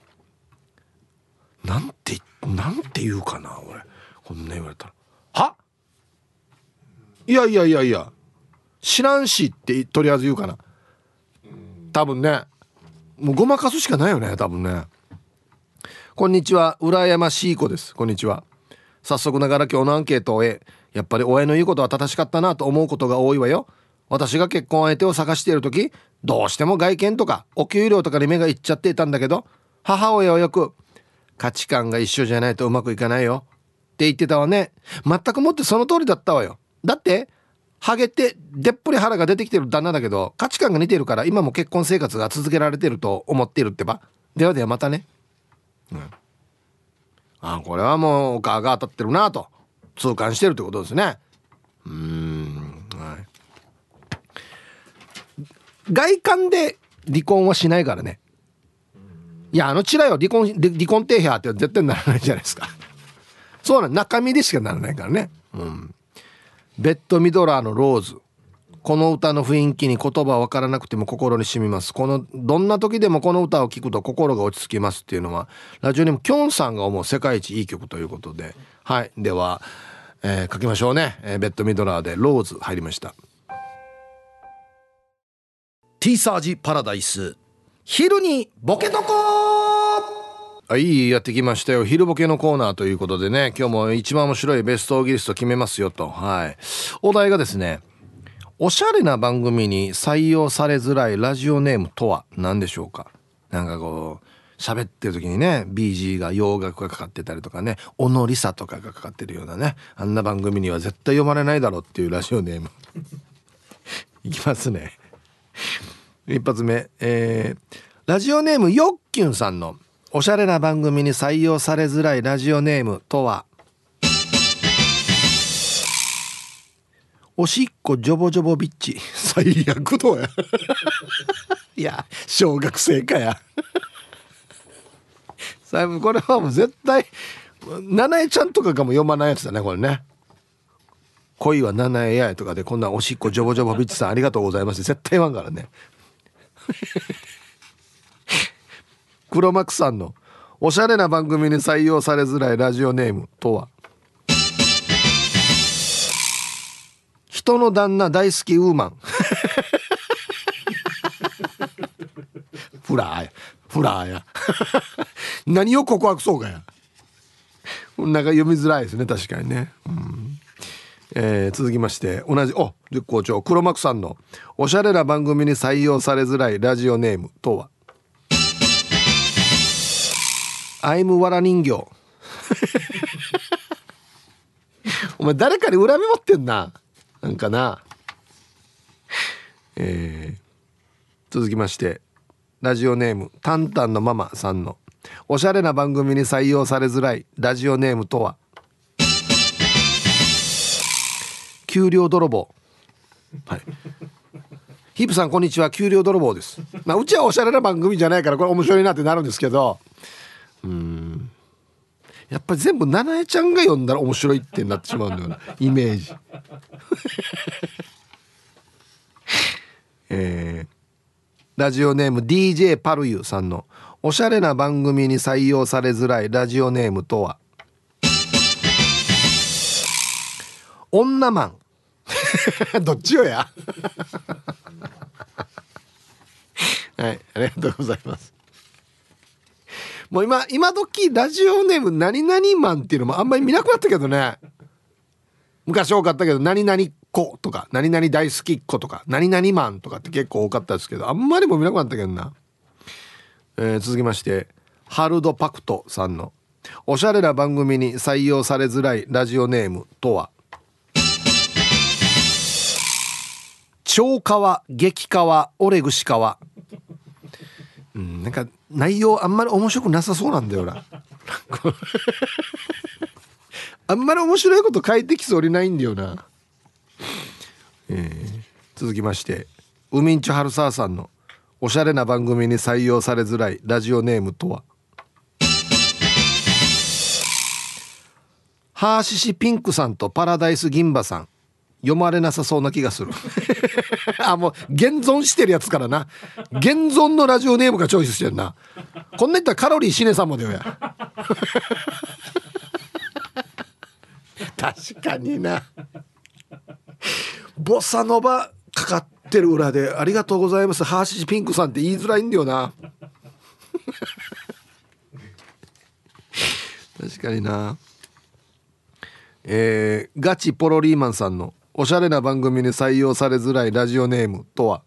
Speaker 1: なんて言うかな俺、こんな言われたら。いや知らんしってとりあえず言うかな多分ね。もうごまかすしかないよね多分ね。こんにちは、羨ましい子です。こんにちは。早速ながら今日のアンケートをやっぱり親の言うことは正しかったなと思うことが多いわよ。私が結婚相手を探している時、どうしても外見とかお給料とかに目がいっちゃっていたんだけど、母親はよく価値観が一緒じゃないとうまくいかないよって言ってたわね。全くもってその通りだったわよ。だってハゲてでっぷり腹が出てきてる旦那だけど価値観が似てるから今も結婚生活が続けられてると思っているってば。ではではまたね。これはもうお母が当たってるなと痛感してるってことですね。はい、外観で離婚はしないからね。いやチラよ離婚停車って絶対ならないじゃないですか。そうなん、中身でしかならないからね。 ベッドミドラーのローズ。この歌の雰囲気に言葉わからなくても心に染みます。どんな時でもこの歌を聴くと心が落ち着きますっていうのはラジオネームキョンさんが思う世界一いい曲ということで、はい、では、書きましょうね。ベッドミドラーでローズ入りました。ティーサージパラダイス、昼にボケとこはい、やってきましたよ。昼ボケのコーナーということでね、今日も一番面白いベストオギリスト決めますよと。はい、お題がですね、おしゃれな番組に採用されづらいラジオネームとは何でしょうか。なんかこう喋ってる時にね BG が洋楽がかかってたりとかね、小野梨沙とかがかかってるようなね、あんな番組には絶対読まれないだろうっていうラジオネームいきますね。一発目、ラジオネームよっきゅんさんのおしゃれな番組に採用されづらいラジオネームとは、おしっこジョボジョボビッチ。最悪だやいや小学生かやこれはもう絶対七重ちゃんとかがも読まないやつだねこれね。恋は七重やとかでこんなおしっこジョボジョボビッチさんありがとうございます絶対言わんからね黒幕さんのおしゃれな番組に採用されづらいラジオネームとは、人の旦那大好きウーマンフラーや何を告白そうかやなんか読みづらいですね確かにね、続きまして同じ絶好調黒幕さんのおしゃれな番組に採用されづらいラジオネームとは、アイムわら人形お前誰かに恨み持ってんな、なんかな。続きましてラジオネームタンタンのママさんのおしゃれな番組に採用されづらいラジオネームとは、給料泥棒。はい、ヒープさんこんにちは、給料泥棒です。まあうちはおしゃれな番組じゃないからこれ面白いなってなるんですけど、やっぱり全部七重ちゃんが読んだら面白いってなってしまうんだよなイメージラジオネーム DJ パルユさんのおしゃれな番組に採用されづらいラジオネームとは、女マンどっちよやはい、ありがとうございます。もう今時ラジオネーム何々マンっていうのもあんまり見なくなったけどね。昔多かったけど何々子とか何々大好きっ子とか何々マンとかって結構多かったですけど、あんまりも見なくなったけどな。続きましてハルドパクトさんのおしゃれな番組に採用されづらいラジオネームとは、超川激川オレグシ川。なんか内容あんまり面白くなさそうなんだよなあんまり面白いこと書いてきそうにないんだよな。続きましてウミンチュハルサーさんのおしゃれな番組に採用されづらいラジオネームとは、ハーシシピンクさんとパラダイス銀馬さん。読まれなさそうな気がするあ、もう現存してるやつからな、現存のラジオネームがチョイスしてるな。こんな言ったらカロリーシネさんもだよや確かにな、ボサノバかかってる裏でありがとうございますハーシシピンクさんって言いづらいんだよな確かにな。ガチポロリーマンさんのおしゃれな番組に採用されづらいラジオネームとは、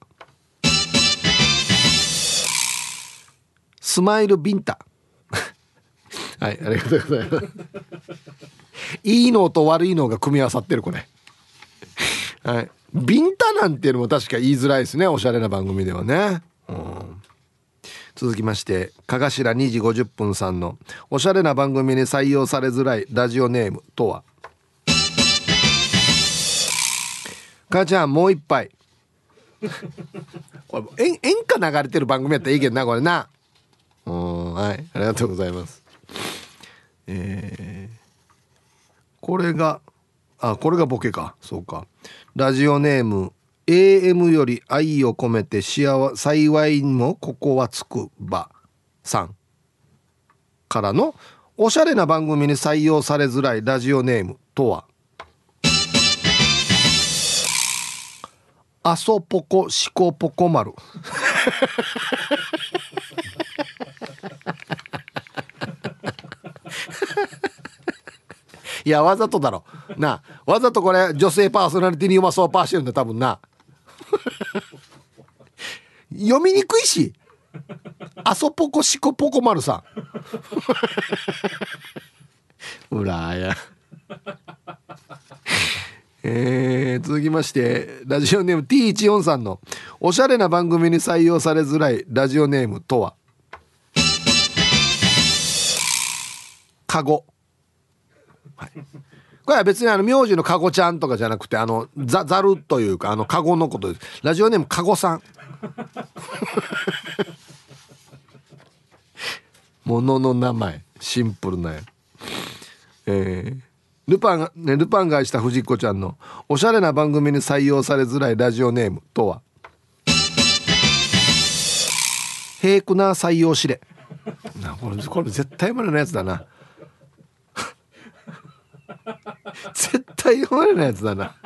Speaker 1: スマイルビンタはい、ありがとうございますいいのと悪いのが組み合わさってるこれはい、ビンタなんていうのも確か言いづらいですね、おしゃれな番組ではね。続きましてかがしら2時50分さんのおしゃれな番組に採用されづらいラジオネームとは、母ちゃんもう一杯これ演歌流れてる番組やったらいいけどなこれな。はい、ありがとうございます。これがあ、これがボケか。そうか。ラジオネーム AM より愛を込めて幸いもここはつくばさんからのおしゃれな番組に採用されづらいラジオネームとは。あそぽこしこぽこ丸いやわざとだろな、わざとこれ女性パーソナリティにうまそうパーしてるんだ多分な読みにくいし、あそぽこしこぽこ丸さんうらや続きましてラジオネーム T14 さんのおしゃれな番組に採用されづらいラジオネームとは。カゴ、はい、これは別に名字のカゴちゃんとかじゃなくてザルというかカゴのことです。ラジオネームカゴさんものの名前シンプルなや、ルパンが愛した藤子ちゃんのおしゃれな番組に採用されづらいラジオネームとは。平クナ採用指令これ絶対読まれないやつだな絶対読まれないやつだな。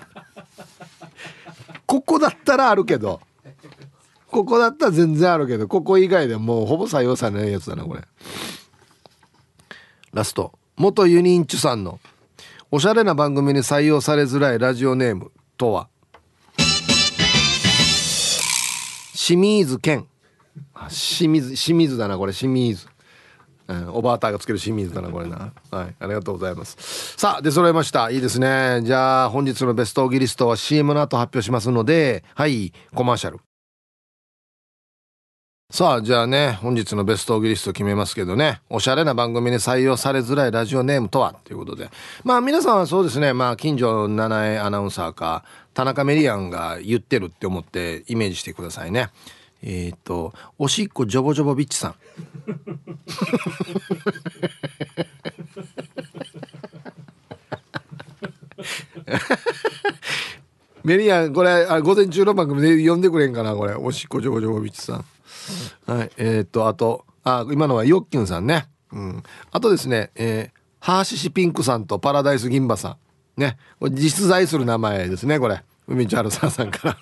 Speaker 1: ここだったらあるけど、ここだったら全然あるけど、ここ以外でもうほぼ採用されないやつだなこれ。ラスト元ユニンチュさんのおしゃれな番組に採用されづらいラジオネームとは。清水健、清水だなこれ、清水、おばあたがつける清水だなこれな。はい、ありがとうございます。さあ出揃えました。いいですね。じゃあ本日のベストオギリストは CM の後発表しますので、はいコマーシャル。さあじゃあね、本日のベストオギリスト決めますけどね、おしゃれな番組に採用されづらいラジオネームとはということで、まあ皆さんはそうですね、まあ近所七重アナウンサーか田中メリアンが言ってるって思ってイメージしてくださいね。おしっこジョボジョボビッチさんメリアンこれ午前中の番組で呼んでくれんかなこれ、おしっこジョボジョボビッチさん。はい、あと今のはヨッキュンさんね、あとですね、ハーシシピンクさんとパラダイス銀馬さんね、これ実在する名前ですねこれ、海チャルさんから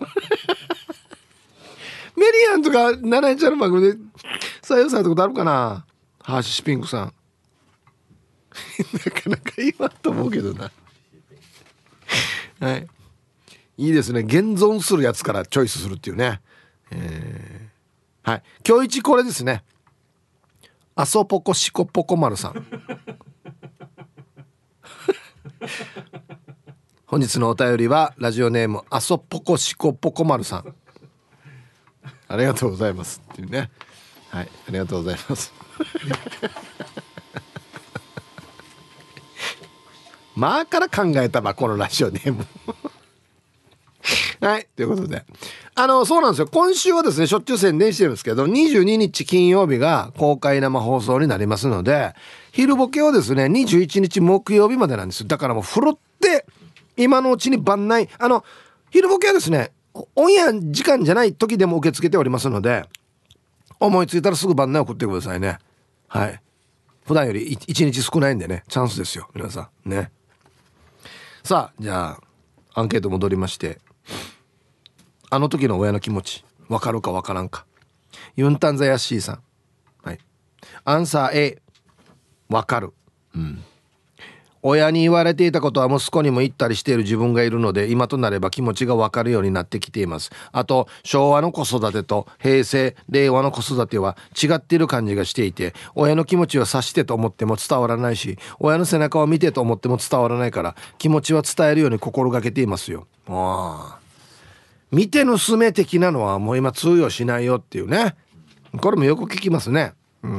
Speaker 1: メリアンとか七重ちゃんの番組で採用されたことあるかな、ハーシシピンクさんなかなか言わんと思うけどなはい、いいですね、現存するやつからチョイスするっていうね。はい、今日一これですね、あそぽこしこぽこ丸さん本日のお便りはラジオネームあそぽこしこぽこ丸さん、ありがとうございますっていうね。はい、ありがとうございますまあから考えたばこのラジオネームはい、ということでそうなんですよ、今週はですねしょっちゅう宣伝してるんですけど、22日金曜日が公開生放送になりますので、昼ボケはですね21日木曜日までなんです。だからもうふるって今のうちに番内昼ボケはですねオンエア時間じゃない時でも受け付けておりますので、思いついたらすぐ番内送ってくださいね。はい、普段より1日少ないんでね、チャンスですよ皆さんね。さあじゃあアンケート戻りまして、あの時の親の気持ち分かるか分からんか。ユンタンザヤッシーさん、はい、アンサー A 分かる、親に言われていたことは息子にも言ったりしている自分がいるので、今となれば気持ちが分かるようになってきています。あと昭和の子育てと平成令和の子育ては違っている感じがしていて、親の気持ちを察してと思っても伝わらないし、親の背中を見てと思っても伝わらないから、気持ちは伝えるように心がけていますよ。見て盗め的なのはもう今通用しないよっていうね、これもよく聞きますね。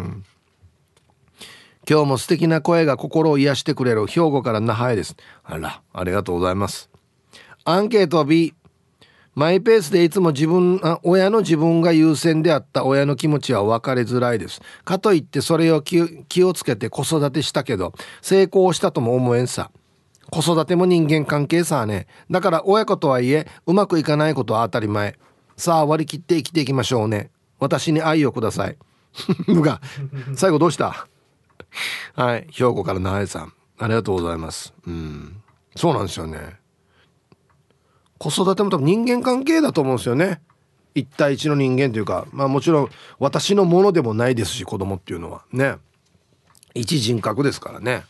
Speaker 1: 今日も素敵な声が心を癒してくれる兵庫から那覇へです。ありがとうございます。アンケート B、 マイペースでいつも親の自分が優先であった親の気持ちは分かりづらいです。かといってそれを気をつけて子育てしたけど成功したとも思えんさ。 子育ても人間関係さね。だから親子とはいえうまくいかないことは当たり前。さあ割り切って生きていきましょうね。私に愛をください。むが最後どうした？はい、兵庫からなえさん、ありがとうございます。そうなんですよね。子育ても多分人間関係だと思うんですよね。一対一の人間というか、まあもちろん私のものでもないですし、子供っていうのはね、一人格ですからね。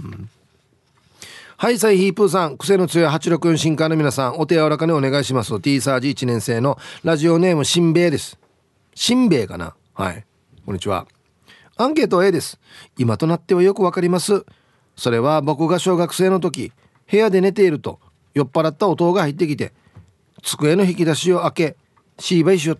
Speaker 1: はい、サイヒープーさん、癖の強い864進化の皆さん、お手柔らかにお願いします。 T サージ1年生のラジオネームしんべヱです。しんべヱかな。はい、こんにちは。アンケート A です。今となってはよくわかります。それは僕が小学生の時、部屋で寝ていると酔っ払った弟が入ってきて机の引き出しを開けシーバイしよった。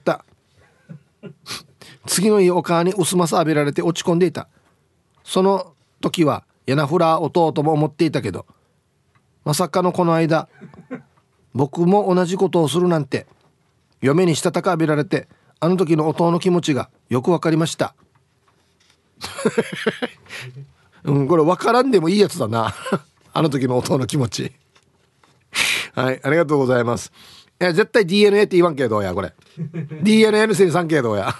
Speaker 1: 次の日お母に薄まさ浴びられて落ち込んでいた。その時はやなフラ弟も思っていたけど、まさかのこの間僕も同じことをするなんて。嫁にしたたか浴びられて、あの時の弟の気持ちがよくわかりました。これ分からんでもいいやつだな。あの時の弟の気持ち。はい、ありがとうございます。絶対 DNA って言わんけどやこれ。DNA のせいにさんけどや。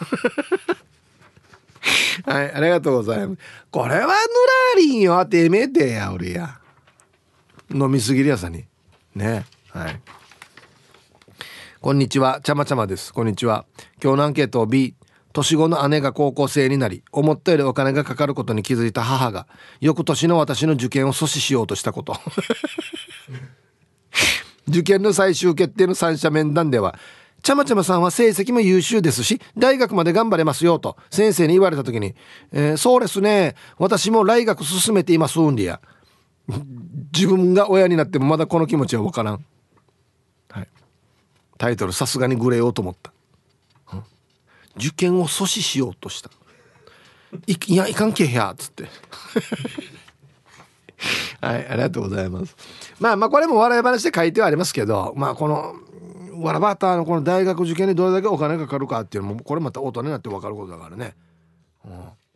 Speaker 1: はい、ありがとうございます。これはぬらりんよ、てめえてや俺や。飲みすぎるやさにね。はい、こんにちは、ちゃまちゃまです。こんにちは。今日のアンケートを B。 年後の姉が高校生になり、思ったよりお金がかかることに気づいた母が翌年の私の受験を阻止しようとしたこと。受験の最終決定の三者面談では、ちゃまちゃまさんは成績も優秀ですし大学まで頑張れますよと先生に言われた時に、そうですね、私も来学進めていますんりや。自分が親になってもまだこの気持ちは分からん。はい、タイトルさすがにグレようと思った。受験を阻止しようとした。いやいかんけやつって。はい、ありがとうございます。まあこれも笑い話で書いてはありますけど、このわらばたのこの大学受験にどれだけお金がかかるかっていうのもこれまた大人になって分かることだからね。